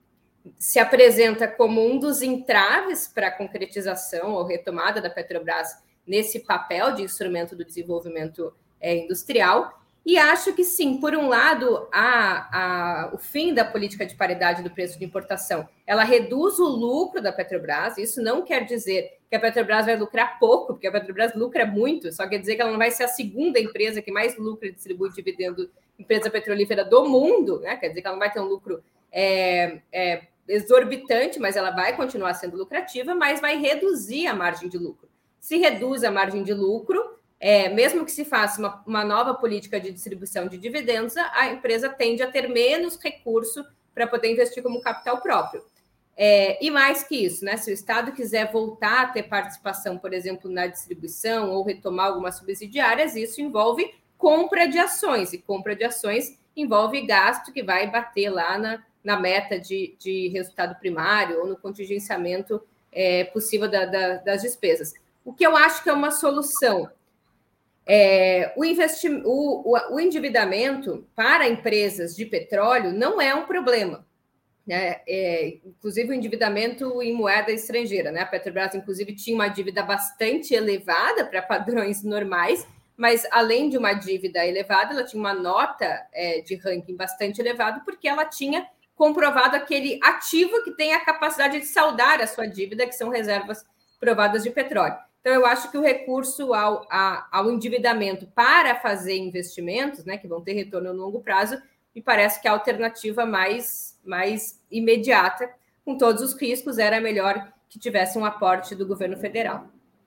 se apresenta como um dos entraves para a concretização ou retomada da Petrobras nesse papel de instrumento do desenvolvimento é, industrial. E acho que sim, por um lado, a, a, o fim da política de paridade do preço de importação, ela reduz o lucro da Petrobras. Isso não quer dizer que a Petrobras vai lucrar pouco, porque a Petrobras lucra muito, só quer dizer que ela não vai ser a segunda empresa que mais lucra e distribui dividendo, empresa petrolífera do mundo, né? Quer dizer que ela não vai ter um lucro É, é, exorbitante, mas ela vai continuar sendo lucrativa, mas vai reduzir a margem de lucro. Se reduz a margem de lucro, é, mesmo que se faça uma, uma nova política de distribuição de dividendos, a empresa tende a ter menos recurso para poder investir como capital próprio. É, e mais que isso, né? Se o Estado quiser voltar a ter participação, por exemplo, na distribuição ou retomar algumas subsidiárias, isso envolve compra de ações, e compra de ações envolve gasto que vai bater lá na, na meta de, de resultado primário ou no contingenciamento é, possível da, da, das despesas. O que eu acho que é uma solução, é, o, investi o, o, o endividamento para empresas de petróleo não é um problema. Né? É, inclusive o endividamento em moeda estrangeira. Né? A Petrobras, inclusive, tinha uma dívida bastante elevada para padrões normais, mas além de uma dívida elevada, ela tinha uma nota é, de ranking bastante elevada, porque ela tinha comprovado aquele ativo que tem a capacidade de saldar a sua dívida, que são reservas provadas de petróleo. Então, eu acho que o recurso ao, a, ao endividamento para fazer investimentos, né, que vão ter retorno no longo prazo, me parece que a alternativa mais, mais imediata, com todos os riscos, era melhor que tivesse um aporte do governo federal.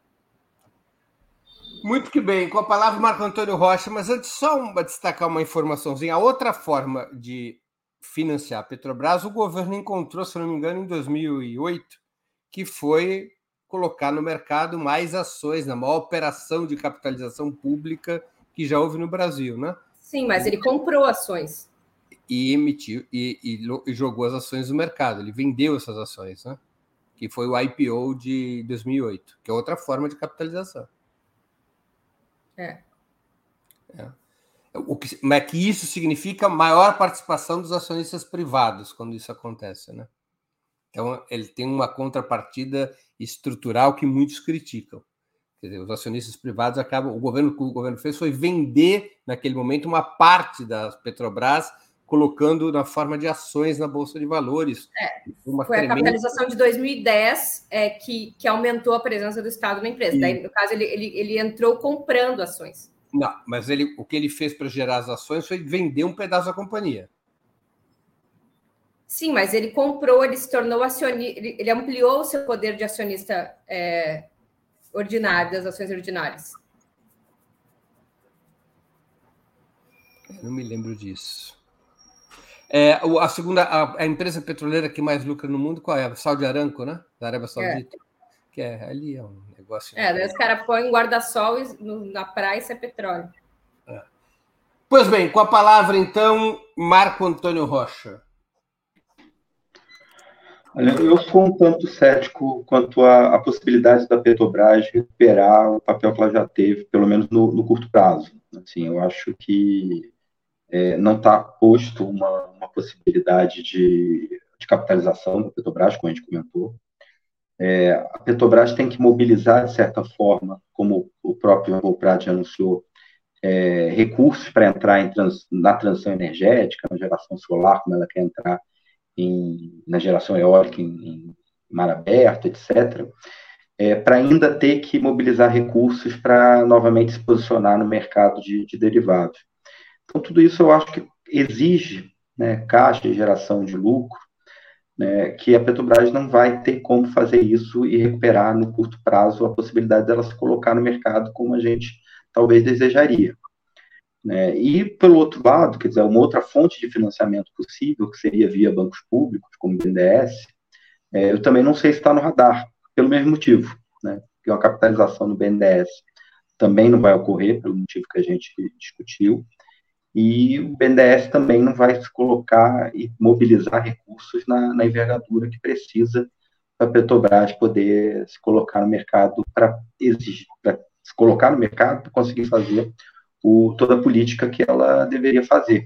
Muito que bem. Com a palavra, Marco Antônio Rocha, mas antes só uma, destacar uma informaçãozinha. A outra forma de financiar a Petrobras, o governo encontrou, se não me engano, em dois mil e oito, que foi colocar no mercado mais ações, na maior operação de capitalização pública que já houve no Brasil, né? Sim, mas ele comprou ações. E emitiu, e, e, e jogou as ações no mercado. Ele vendeu essas ações, né? Que foi o I P O de dois mil e oito, que é outra forma de capitalização. É. É. O que, mas que isso significa maior participação dos acionistas privados quando isso acontece, né? Então, ele tem uma contrapartida estrutural que muitos criticam. Quer dizer, os acionistas privados acabam... O governo, o que o governo fez foi vender, naquele momento, uma parte da Petrobras, colocando na forma de ações na Bolsa de Valores. É, uma foi tremenda... a capitalização de dois mil e dez é, que, que aumentou a presença do Estado na empresa. E... Daí, no caso, ele, ele, ele entrou comprando ações. Não, mas ele, o que ele fez para gerar as ações foi vender um pedaço da companhia. Sim, mas ele comprou, ele se tornou acionista, ele, ele ampliou o seu poder de acionista é, ordinário, das ações ordinárias. Eu não me lembro disso. É, a segunda, a, a empresa petroleira que mais lucra no mundo, qual é? A Saudi Aramco, né? Da Arábia Saudita. É. Que é, ali é um negócio... É, daí os caras põem guarda-sol na praia, isso é petróleo. É. Pois bem, com a palavra, então, Marco Antônio Rocha. Olha, eu sou um tanto cético quanto à, à possibilidade da Petrobras recuperar o papel que ela já teve, pelo menos no, no curto prazo. Assim, eu acho que é, não está posto uma, uma possibilidade de, de capitalização da Petrobras, como a gente comentou. É, a Petrobras tem que mobilizar, de certa forma, como o próprio Volprad anunciou, é, recursos para entrar em trans, na transição energética, na geração solar, como ela quer entrar em, na geração eólica em, em mar aberto, etcétera, é, para ainda ter que mobilizar recursos para novamente se posicionar no mercado de, de derivados. Então, tudo isso eu acho que exige, né, caixa e geração de lucro, né, que a Petrobras não vai ter como fazer isso e recuperar no curto prazo a possibilidade dela se colocar no mercado como a gente talvez desejaria. Né? E, pelo outro lado, quer dizer, uma outra fonte de financiamento possível, que seria via bancos públicos, como o B N D E S, é, eu também não sei se está no radar, pelo mesmo motivo, né? Porque uma capitalização no B N D E S também não vai ocorrer, pelo motivo que a gente discutiu, e o B N D E S também não vai se colocar e mobilizar recursos na, na envergadura que precisa para a Petrobras poder se colocar no mercado para exigir, para se colocar no mercado para conseguir fazer o, toda a política que ela deveria fazer.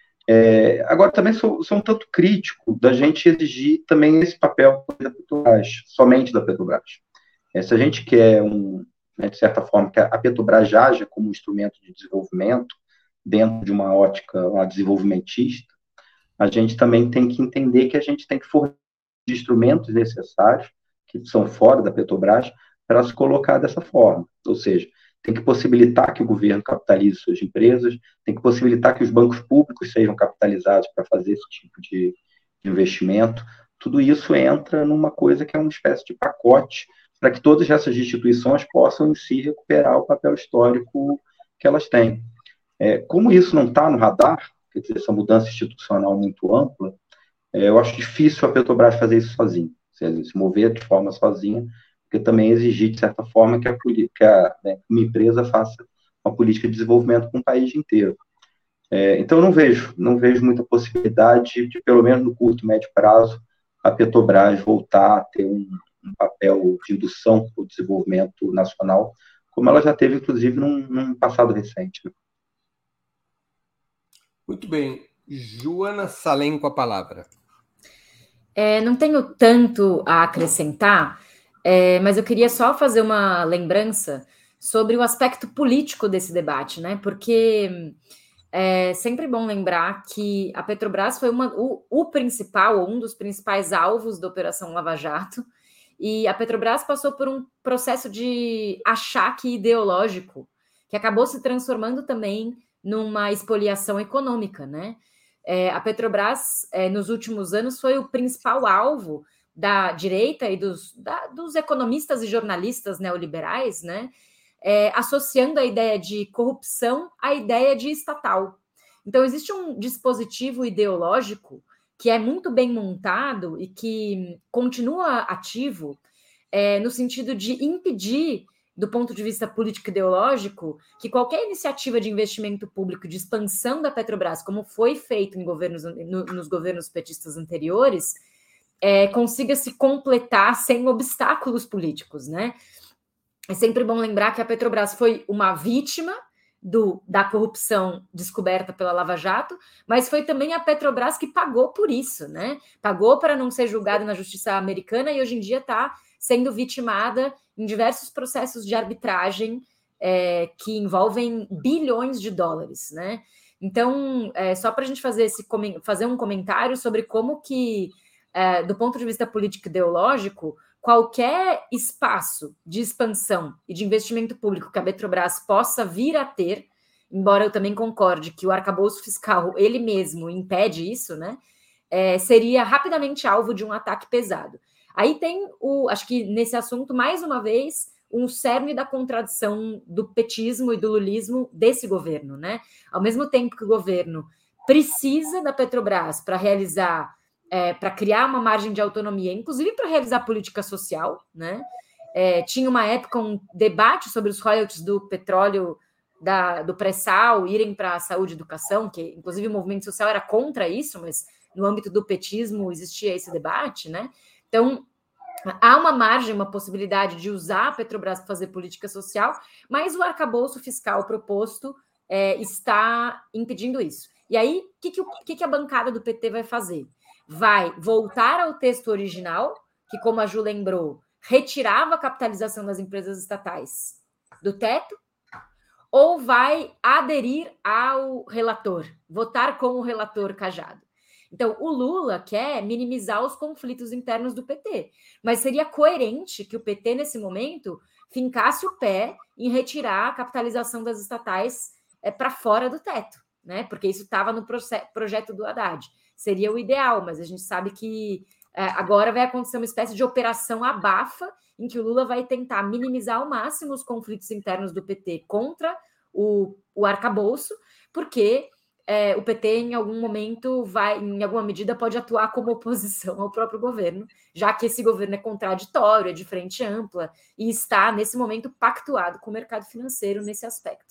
É, agora, também sou, sou um tanto crítico da gente exigir também esse papel da Petrobras, somente da Petrobras. É, se a gente quer, um, né, de certa forma, que a Petrobras haja como instrumento de desenvolvimento, dentro de uma ótica uma desenvolvimentista, a gente também tem que entender que a gente tem que fornecer instrumentos necessários, que são fora da Petrobras, para se colocar dessa forma. Ou seja, tem que possibilitar que o governo capitalize suas empresas, tem que possibilitar que os bancos públicos sejam capitalizados para fazer esse tipo de investimento, tudo isso entra numa coisa que é uma espécie de pacote para que todas essas instituições possam, em si, recuperar o papel histórico que elas têm. É, como isso não está no radar, quer dizer, essa mudança institucional muito ampla, é, eu acho difícil a Petrobras fazer isso sozinha, se, se mover de forma sozinha, porque também exigir, de certa forma, que, a, que a, né, uma empresa faça uma política de desenvolvimento para um país inteiro. É, então, eu não vejo, não vejo muita possibilidade de, pelo menos no curto e médio prazo, a Petrobras voltar a ter um, um papel de indução para o desenvolvimento nacional, como ela já teve, inclusive, num, num passado recente. Né? Muito bem. Joana Salem com a palavra. É, não tenho tanto a acrescentar, é, mas eu queria só fazer uma lembrança sobre o aspecto político desse debate, né? Porque é sempre bom lembrar que a Petrobras foi uma, o, o principal, ou um dos principais alvos da Operação Lava Jato, e a Petrobras passou por um processo de achaque ideológico, que acabou se transformando também numa expoliação econômica, né? É, a Petrobras, é, nos últimos anos, foi o principal alvo da direita e dos, da, dos economistas e jornalistas neoliberais, né? É, associando a ideia de corrupção à ideia de estatal. Então, existe um dispositivo ideológico que é muito bem montado e que continua ativo é, no sentido de impedir, do ponto de vista político-ideológico, que qualquer iniciativa de investimento público de expansão da Petrobras, como foi feito em governos, no, nos governos petistas anteriores, é, consiga se completar sem obstáculos políticos, né? É sempre bom lembrar que a Petrobras foi uma vítima do, da corrupção descoberta pela Lava Jato, mas foi também a Petrobras que pagou por isso, né? Pagou para não ser julgada na justiça americana e hoje em dia está sendo vitimada em diversos processos de arbitragem é, que envolvem bilhões de dólares, né? Então, é, só para a gente fazer, esse, fazer um comentário sobre como que, é, do ponto de vista político-ideológico, qualquer espaço de expansão e de investimento público que a Petrobras possa vir a ter, embora eu também concorde que o arcabouço fiscal, ele mesmo, impede isso, né? É, seria rapidamente alvo de um ataque pesado. Aí tem, o, acho que nesse assunto, mais uma vez, um cerne da contradição do petismo e do lulismo desse governo, né? Ao mesmo tempo que o governo precisa da Petrobras para realizar É, para criar uma margem de autonomia, inclusive para realizar política social, né? É, tinha uma época um debate sobre os royalties do petróleo da, do pré-sal irem para a saúde e educação, que inclusive o movimento social era contra isso, mas no âmbito do petismo existia esse debate, né? Então, há uma margem, uma possibilidade de usar a Petrobras para fazer política social, mas o arcabouço fiscal proposto é, está impedindo isso. E aí, o que, que, que a bancada do P T vai fazer? Vai voltar ao texto original, que, como a Ju lembrou, retirava a capitalização das empresas estatais do teto, ou vai aderir ao relator, votar com o relator Cajado? Então, o Lula quer minimizar os conflitos internos do P T, mas seria coerente que o P T, nesse momento, fincasse o pé em retirar a capitalização das estatais é, para fora do teto, né? Porque isso estava no projeto do Haddad. Seria o ideal, mas a gente sabe que é, agora vai acontecer uma espécie de operação abafa, em que o Lula vai tentar minimizar ao máximo os conflitos internos do P T contra o, o arcabouço, porque é, o P T, em algum momento, vai, em alguma medida, pode atuar como oposição ao próprio governo, já que esse governo é contraditório, é de frente ampla, e está, nesse momento, pactuado com o mercado financeiro nesse aspecto.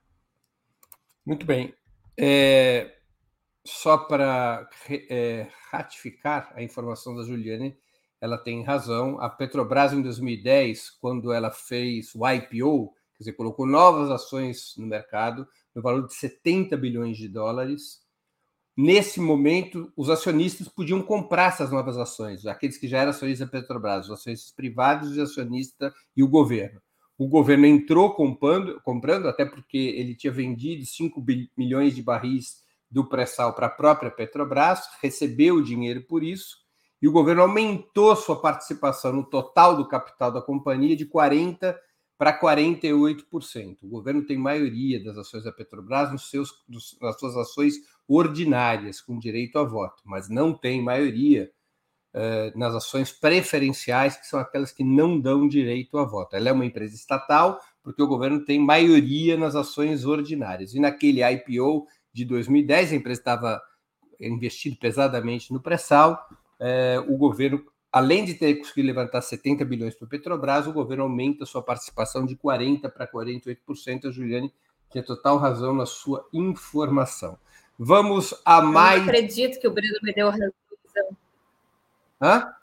Muito bem. É... Só para é, ratificar a informação da Juliane, ela tem razão. A Petrobras, em dois mil e dez, quando ela fez o I P O, quer dizer, colocou novas ações no mercado, no valor de setenta bilhões de dólares. Nesse momento, os acionistas podiam comprar essas novas ações, aqueles que já eram acionistas da Petrobras, os acionistas privados e acionistas e o governo. O governo entrou comprando, comprando até porque ele tinha vendido cinco milhões de barris do pré-sal para a própria Petrobras, recebeu o dinheiro por isso, e o governo aumentou sua participação no total do capital da companhia de quarenta por cento para quarenta e oito por cento. O governo tem maioria das ações da Petrobras nos seus, nas suas ações ordinárias, com direito a voto, mas não tem maioria eh, nas ações preferenciais, que são aquelas que não dão direito a voto. Ela é uma empresa estatal, porque o governo tem maioria nas ações ordinárias. E naquele I P O de dois mil e dez, a empresa estava investindo pesadamente no pré-sal, eh, o governo, além de ter conseguido levantar setenta bilhões para o Petrobras, o governo aumenta a sua participação de quarenta por cento para quarenta e oito por cento. A Juliane tem total razão na sua informação. Vamos a mais... Eu não acredito que o Breno me deu razão. Hã?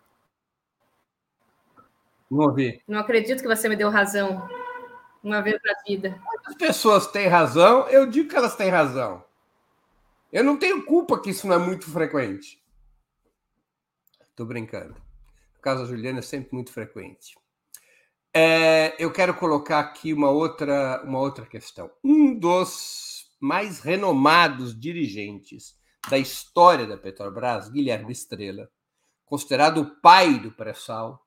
Não ouvi. Não acredito que você me deu razão uma vez na vida. As pessoas têm razão, eu digo que elas têm razão. Eu não tenho culpa que isso não é muito frequente. Estou brincando. No caso da Juliana, é sempre muito frequente. É, eu quero colocar aqui uma outra, uma outra questão. Um dos mais renomados dirigentes da história da Petrobras, Guilherme Estrela, considerado o pai do pré-sal,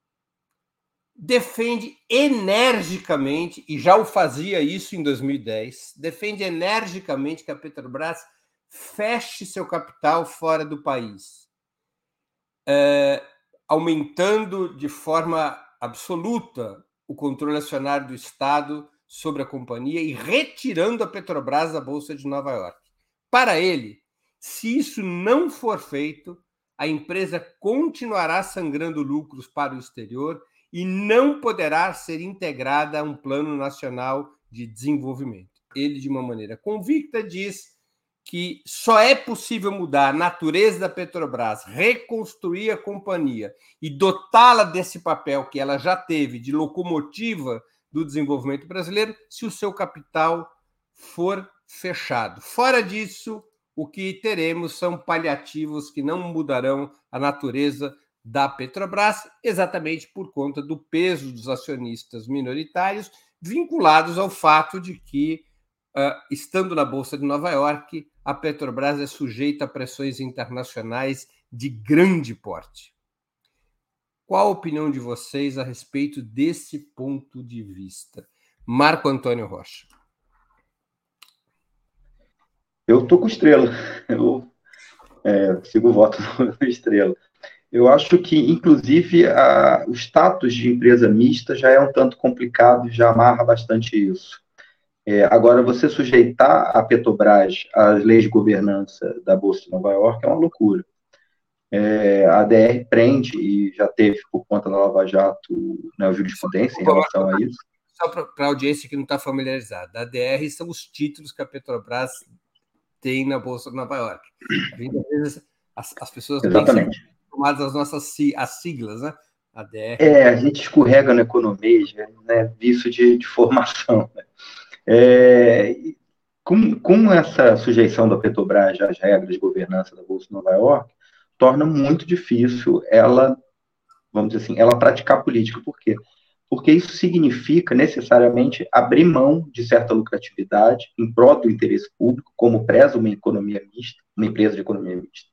defende energicamente, e já o fazia isso em dois mil e dez, defende energicamente que a Petrobras feche seu capital fora do país, é, aumentando de forma absoluta o controle acionário do Estado sobre a companhia e retirando a Petrobras da Bolsa de Nova York. Para ele, se isso não for feito, a empresa continuará sangrando lucros para o exterior e não poderá ser integrada a um plano nacional de desenvolvimento. Ele, de uma maneira convicta, diz que só é possível mudar a natureza da Petrobras, reconstruir a companhia e dotá-la desse papel que ela já teve de locomotiva do desenvolvimento brasileiro se o seu capital for fechado. Fora disso, o que teremos são paliativos que não mudarão a natureza da Petrobras, exatamente por conta do peso dos acionistas minoritários, vinculados ao fato de que, uh, estando na Bolsa de Nova York, a Petrobras é sujeita a pressões internacionais de grande porte. Qual a opinião de vocês a respeito desse ponto de vista? Marco Antônio Rocha. Eu estou com Estrela. Eu é, sigo o voto do Estrela. Eu acho que, inclusive, a, o status de empresa mista já é um tanto complicado, já amarra bastante isso. É, agora, você sujeitar a Petrobras às leis de governança da Bolsa de Nova York é uma loucura. É, a A D R prende, e já teve, por conta da Lava Jato, né, jurisprudência em relação a isso. Só para a audiência que não está familiarizada, a A D R são os títulos que a Petrobras tem na Bolsa de Nova York. Às vezes, as, as pessoas Exatamente. Têm tomadas as nossas as siglas, né? A D R. É, a gente escorrega no economês, né? Vício de, de formação. Né? É, com, com essa sujeição da Petrobras às regras de governança da Bolsa de Nova York, torna muito difícil ela, vamos dizer assim, ela praticar política. Por quê? Porque isso significa necessariamente abrir mão de certa lucratividade em prol do interesse público, como preza uma economia mista, uma empresa de economia mista.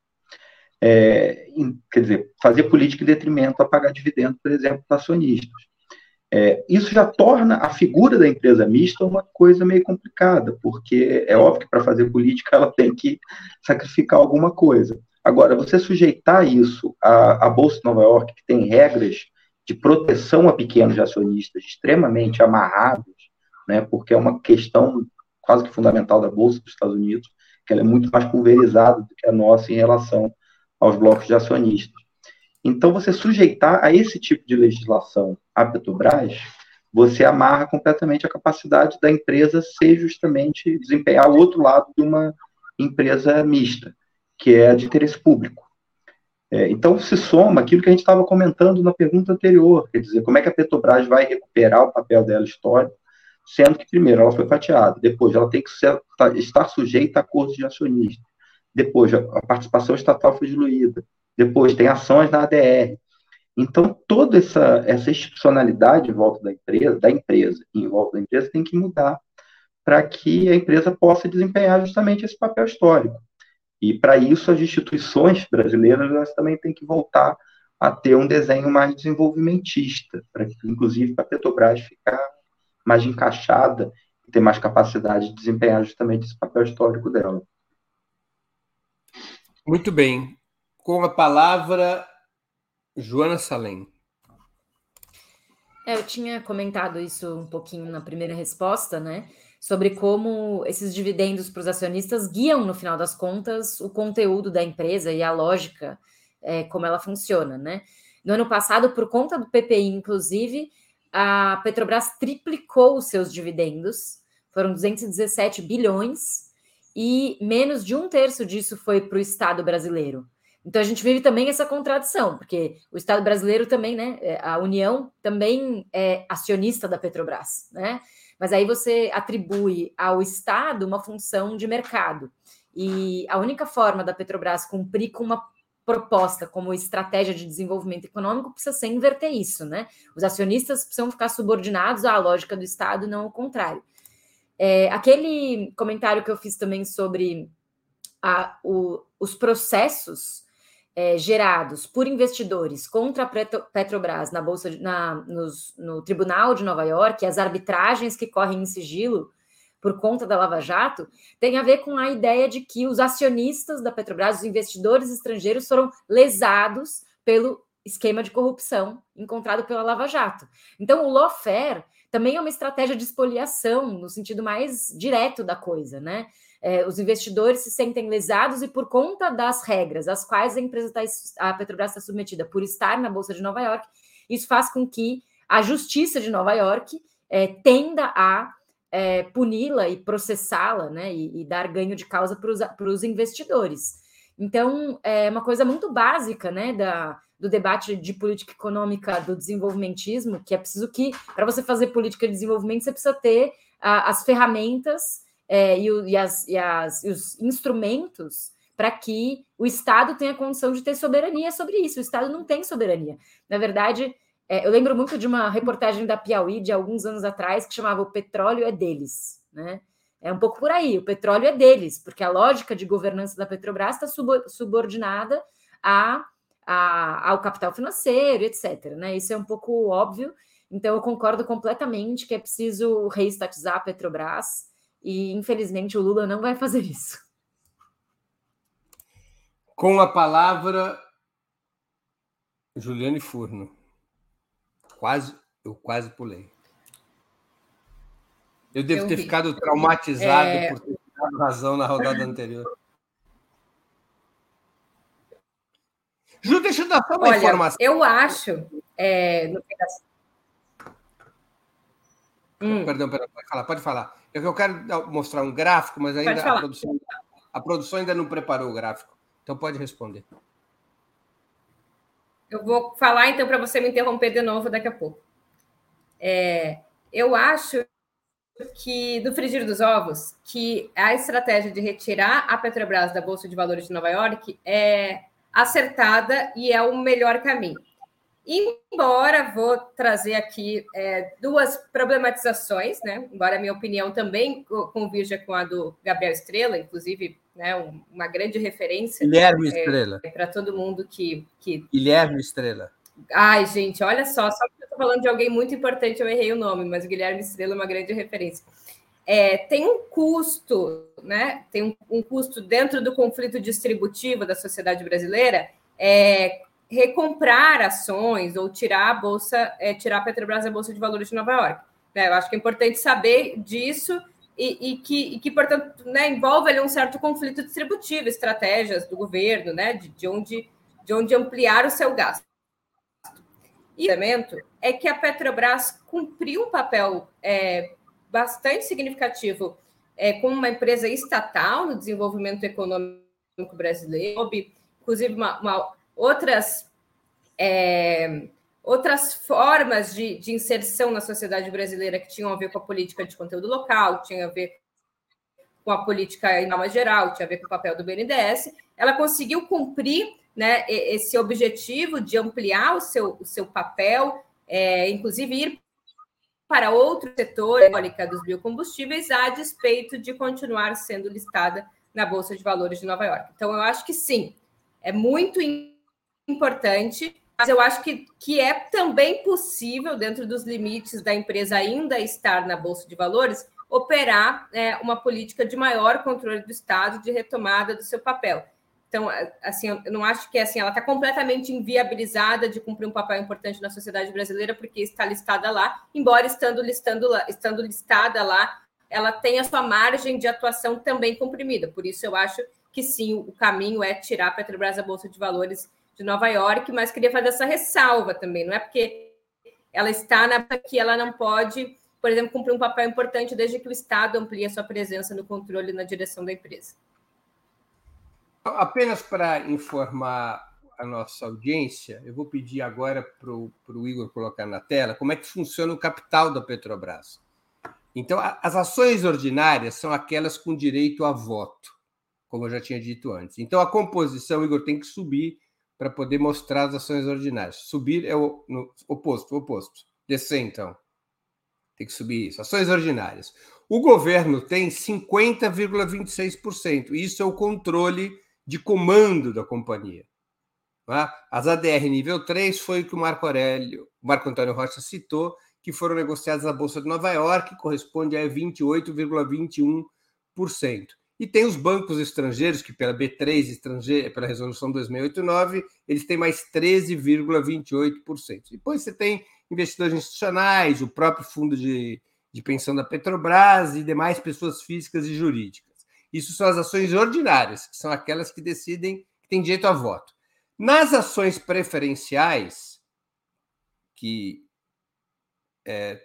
É, quer dizer, fazer política em detrimento a pagar dividendo, por exemplo, para acionistas. É, isso já torna a figura da empresa mista uma coisa meio complicada, porque é óbvio que para fazer política ela tem que sacrificar alguma coisa. Agora, você sujeitar isso à, à Bolsa de Nova York, que tem regras de proteção a pequenos acionistas extremamente amarrados, né, porque é uma questão quase que fundamental da Bolsa dos Estados Unidos, que ela é muito mais pulverizada do que a nossa em relação aos blocos de acionistas. Então, você sujeitar a esse tipo de legislação a Petrobras, você amarra completamente a capacidade da empresa ser justamente desempenhar o outro lado de uma empresa mista, que é a de interesse público. É, então, se soma aquilo que a gente estava comentando na pergunta anterior, quer dizer, como é que a Petrobras vai recuperar o papel dela histórico, sendo que, primeiro, ela foi fatiada, depois, ela tem que ser, estar sujeita a acordos de acionistas, depois, a participação estatal foi diluída, depois, tem ações na A D R. Então, toda essa, essa institucionalidade em volta da empresa, da empresa, em volta da empresa, tem que mudar para que a empresa possa desempenhar justamente esse papel histórico. E, para isso, as instituições brasileiras elas também têm que voltar a ter um desenho mais desenvolvimentista, para que, inclusive, para a Petrobras ficar mais encaixada e ter mais capacidade de desempenhar justamente esse papel histórico dela. Muito bem. Com a palavra, Joana Salem. É, eu tinha comentado isso um pouquinho na primeira resposta, né? Sobre como esses dividendos para os acionistas guiam, no final das contas, o conteúdo da empresa e a lógica, é, como ela funciona, né? No ano passado, por conta do P P I, inclusive, a Petrobras triplicou os seus dividendos, foram duzentos e dezessete bilhões, e menos de um terço disso foi para o Estado brasileiro. Então, a gente vive também essa contradição, porque o Estado brasileiro também, né, a União também é acionista da Petrobras, né? Mas aí você atribui ao Estado uma função de mercado. E a única forma da Petrobras cumprir com uma proposta como estratégia de desenvolvimento econômico precisa ser inverter isso, né? Os acionistas precisam ficar subordinados à lógica do Estado, não ao contrário. É, aquele comentário que eu fiz também sobre a, o, os processos É, gerados por investidores contra a Petrobras na bolsa de, na, nos, no Tribunal de Nova York, as arbitragens que correm em sigilo por conta da Lava Jato, tem a ver com a ideia de que os acionistas da Petrobras, os investidores estrangeiros, foram lesados pelo esquema de corrupção encontrado pela Lava Jato. Então, o lawfare também é uma estratégia de expoliação, no sentido mais direto da coisa, né? É, os investidores se sentem lesados e por conta das regras às quais a empresa tá, a Petrobras está submetida por estar na Bolsa de Nova York, isso faz com que a Justiça de Nova York é, tenda a é, puni-la e processá-la, né, e, e dar ganho de causa para os investidores. Então, é uma coisa muito básica, né, da, do debate de política econômica do desenvolvimentismo, que é preciso que, para você fazer política de desenvolvimento, você precisa ter a, as ferramentas É, e, o, e, as, e, as, e os instrumentos para que o Estado tenha condição de ter soberania sobre isso. O Estado não tem soberania. Na verdade, é, eu lembro muito de uma reportagem da Piauí de alguns anos atrás que chamava O Petróleo é Deles, né? É um pouco por aí, o petróleo é deles, porque a lógica de governança da Petrobras está subordinada a, a, ao capital financeiro, etcétera, né? Isso é um pouco óbvio, então eu concordo completamente que é preciso reestatizar a Petrobras. E, infelizmente, o Lula não vai fazer isso. Com a palavra, Juliane Furno. Quase, eu quase pulei. Eu devo eu ter vi. ficado traumatizado é... por ter dado razão na rodada anterior. Ju, deixa eu dar só uma Olha, informação. Eu acho... É, no... hum. Perdão, perdão, pode falar, pode falar. Eu quero mostrar um gráfico, mas ainda a produção, a produção ainda não preparou o gráfico. Então pode responder. Eu vou falar, então, para você me interromper de novo daqui a pouco. É, eu acho que, do frigir dos ovos, que a estratégia de retirar a Petrobras da Bolsa de Valores de Nova York é acertada e é o melhor caminho. Embora vou trazer aqui é, duas problematizações, né? Embora a minha opinião também convirja com a do Gabriel Estrela, inclusive, né, um, uma grande referência. Guilherme Estrela. É, para todo mundo que, que. Guilherme Estrela. Ai, gente, olha só, só porque eu estou falando de alguém muito importante, eu errei o nome, mas o Guilherme Estrela é uma grande referência. É, tem um custo, né? Tem um, um custo dentro do conflito distributivo da sociedade brasileira. É, recomprar ações ou tirar a bolsa, é, tirar a Petrobras da Bolsa de Valores de Nova York. Né? Eu acho que é importante saber disso e, e, que, e que, portanto, né, envolve ali um certo conflito distributivo, estratégias do governo, né, de, de, onde, de onde ampliar o seu gasto. E o elemento é que a Petrobras cumpriu um papel é, bastante significativo é, como uma empresa estatal no desenvolvimento econômico brasileiro, inclusive uma, uma Outras, é, outras formas de, de inserção na sociedade brasileira que tinham a ver com a política de conteúdo local, tinha a ver com a política em forma geral, tinha a ver com o papel do B N D E S, ela conseguiu cumprir, né, esse objetivo de ampliar o seu, o seu papel, é, inclusive ir para outro setor, a eólica dos biocombustíveis, a despeito de continuar sendo listada na Bolsa de Valores de Nova York. Então, eu acho que sim, é muito importante, mas eu acho que, que é também possível, dentro dos limites da empresa ainda estar na Bolsa de Valores, operar é, uma política de maior controle do Estado, de retomada do seu papel. Então, assim, eu não acho que assim, ela está completamente inviabilizada de cumprir um papel importante na sociedade brasileira, porque está listada lá, embora estando, listando lá, estando listada lá, ela tem a sua margem de atuação também comprimida. Por isso, eu acho que sim, o caminho é tirar a Petrobras da Bolsa de Valores de Nova York, mas queria fazer essa ressalva também. Não é porque ela está na que ela não pode, por exemplo, cumprir um papel importante desde que o Estado amplie a sua presença no controle e na direção da empresa. Apenas para informar a nossa audiência, eu vou pedir agora para o Igor colocar na tela como é que funciona o capital da Petrobras. Então, as ações ordinárias são aquelas com direito a voto, como eu já tinha dito antes. Então, a composição, Igor, tem que subir para poder mostrar as ações ordinárias. Subir é o no, oposto, o oposto. Descer, então. Tem que subir isso. Ações ordinárias. O governo tem cinquenta vírgula vinte e seis por cento. Isso é o controle de comando da companhia. As A D R nível três foi o que o Marco Aurélio, Marco Antônio Rocha citou, que foram negociadas na Bolsa de Nova York, que corresponde a vinte e oito vírgula vinte e um por cento. E tem os bancos estrangeiros, que pela B três, estrangeira, pela resolução dois mil oitocentos e oitenta e nove, eles têm mais treze vírgula vinte e oito por cento. Depois você tem investidores institucionais, o próprio fundo de, de pensão da Petrobras e demais pessoas físicas e jurídicas. Isso são as ações ordinárias, que são aquelas que decidem, que têm direito a voto. Nas ações preferenciais, que é,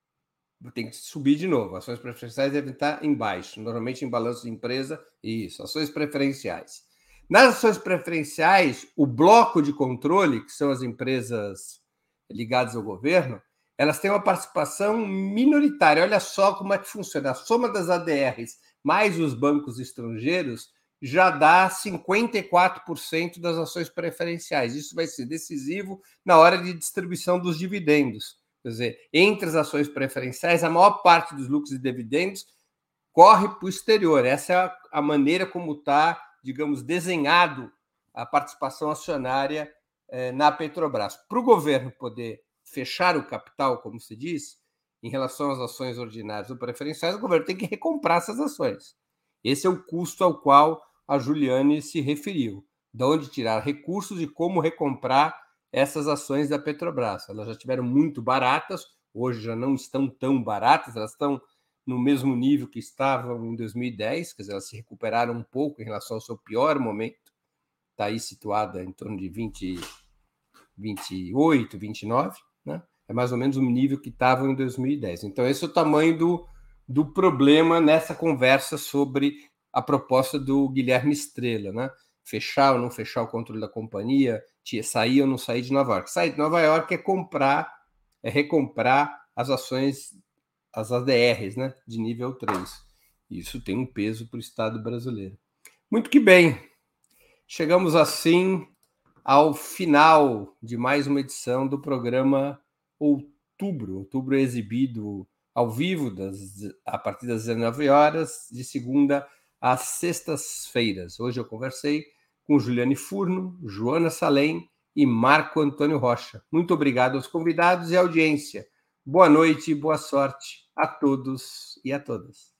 tem que subir de novo, ações preferenciais devem estar embaixo, normalmente em balanço de empresa, isso, ações preferenciais. Nas ações preferenciais, o bloco de controle, que são as empresas ligadas ao governo, elas têm uma participação minoritária. Olha só como é que funciona. A soma das A D Rs mais os bancos estrangeiros já dá cinquenta e quatro por cento das ações preferenciais. Isso vai ser decisivo na hora de distribuição dos dividendos. Quer dizer, entre as ações preferenciais, a maior parte dos lucros e dividendos corre para o exterior. Essa é a maneira como está, digamos, desenhado a participação acionária eh, na Petrobras. Para o governo poder fechar o capital, como se diz, em relação às ações ordinárias ou preferenciais, o governo tem que recomprar essas ações. Esse é o custo ao qual a Juliane se referiu. De onde tirar recursos e como recomprar essas ações da Petrobras. Elas já estiveram muito baratas, hoje já não estão tão baratas, elas estão no mesmo nível que estavam em dois mil e dez, quer dizer, elas se recuperaram um pouco em relação ao seu pior momento, está aí situada em torno de vinte, vinte e oito, vinte e nove, né? É mais ou menos o nível que estavam em dois mil e dez. Então, esse é o tamanho do, do problema nessa conversa sobre a proposta do Guilherme Estrela, né? Fechar ou não fechar o controle da companhia, sair ou não sair de Nova York. Sair de Nova York é comprar, é recomprar as ações, as A D Rs, né, de nível três. Isso tem um peso para o Estado brasileiro. Muito que bem. Chegamos assim ao final de mais uma edição do programa Outubro. Outubro é exibido ao vivo das, a partir das dezenove horas, de segunda às sextas-feiras. Hoje eu conversei com Juliane Furno, Joana Salem e Marco Antônio Rocha. Muito obrigado aos convidados e à audiência. Boa noite e boa sorte a todos e a todas.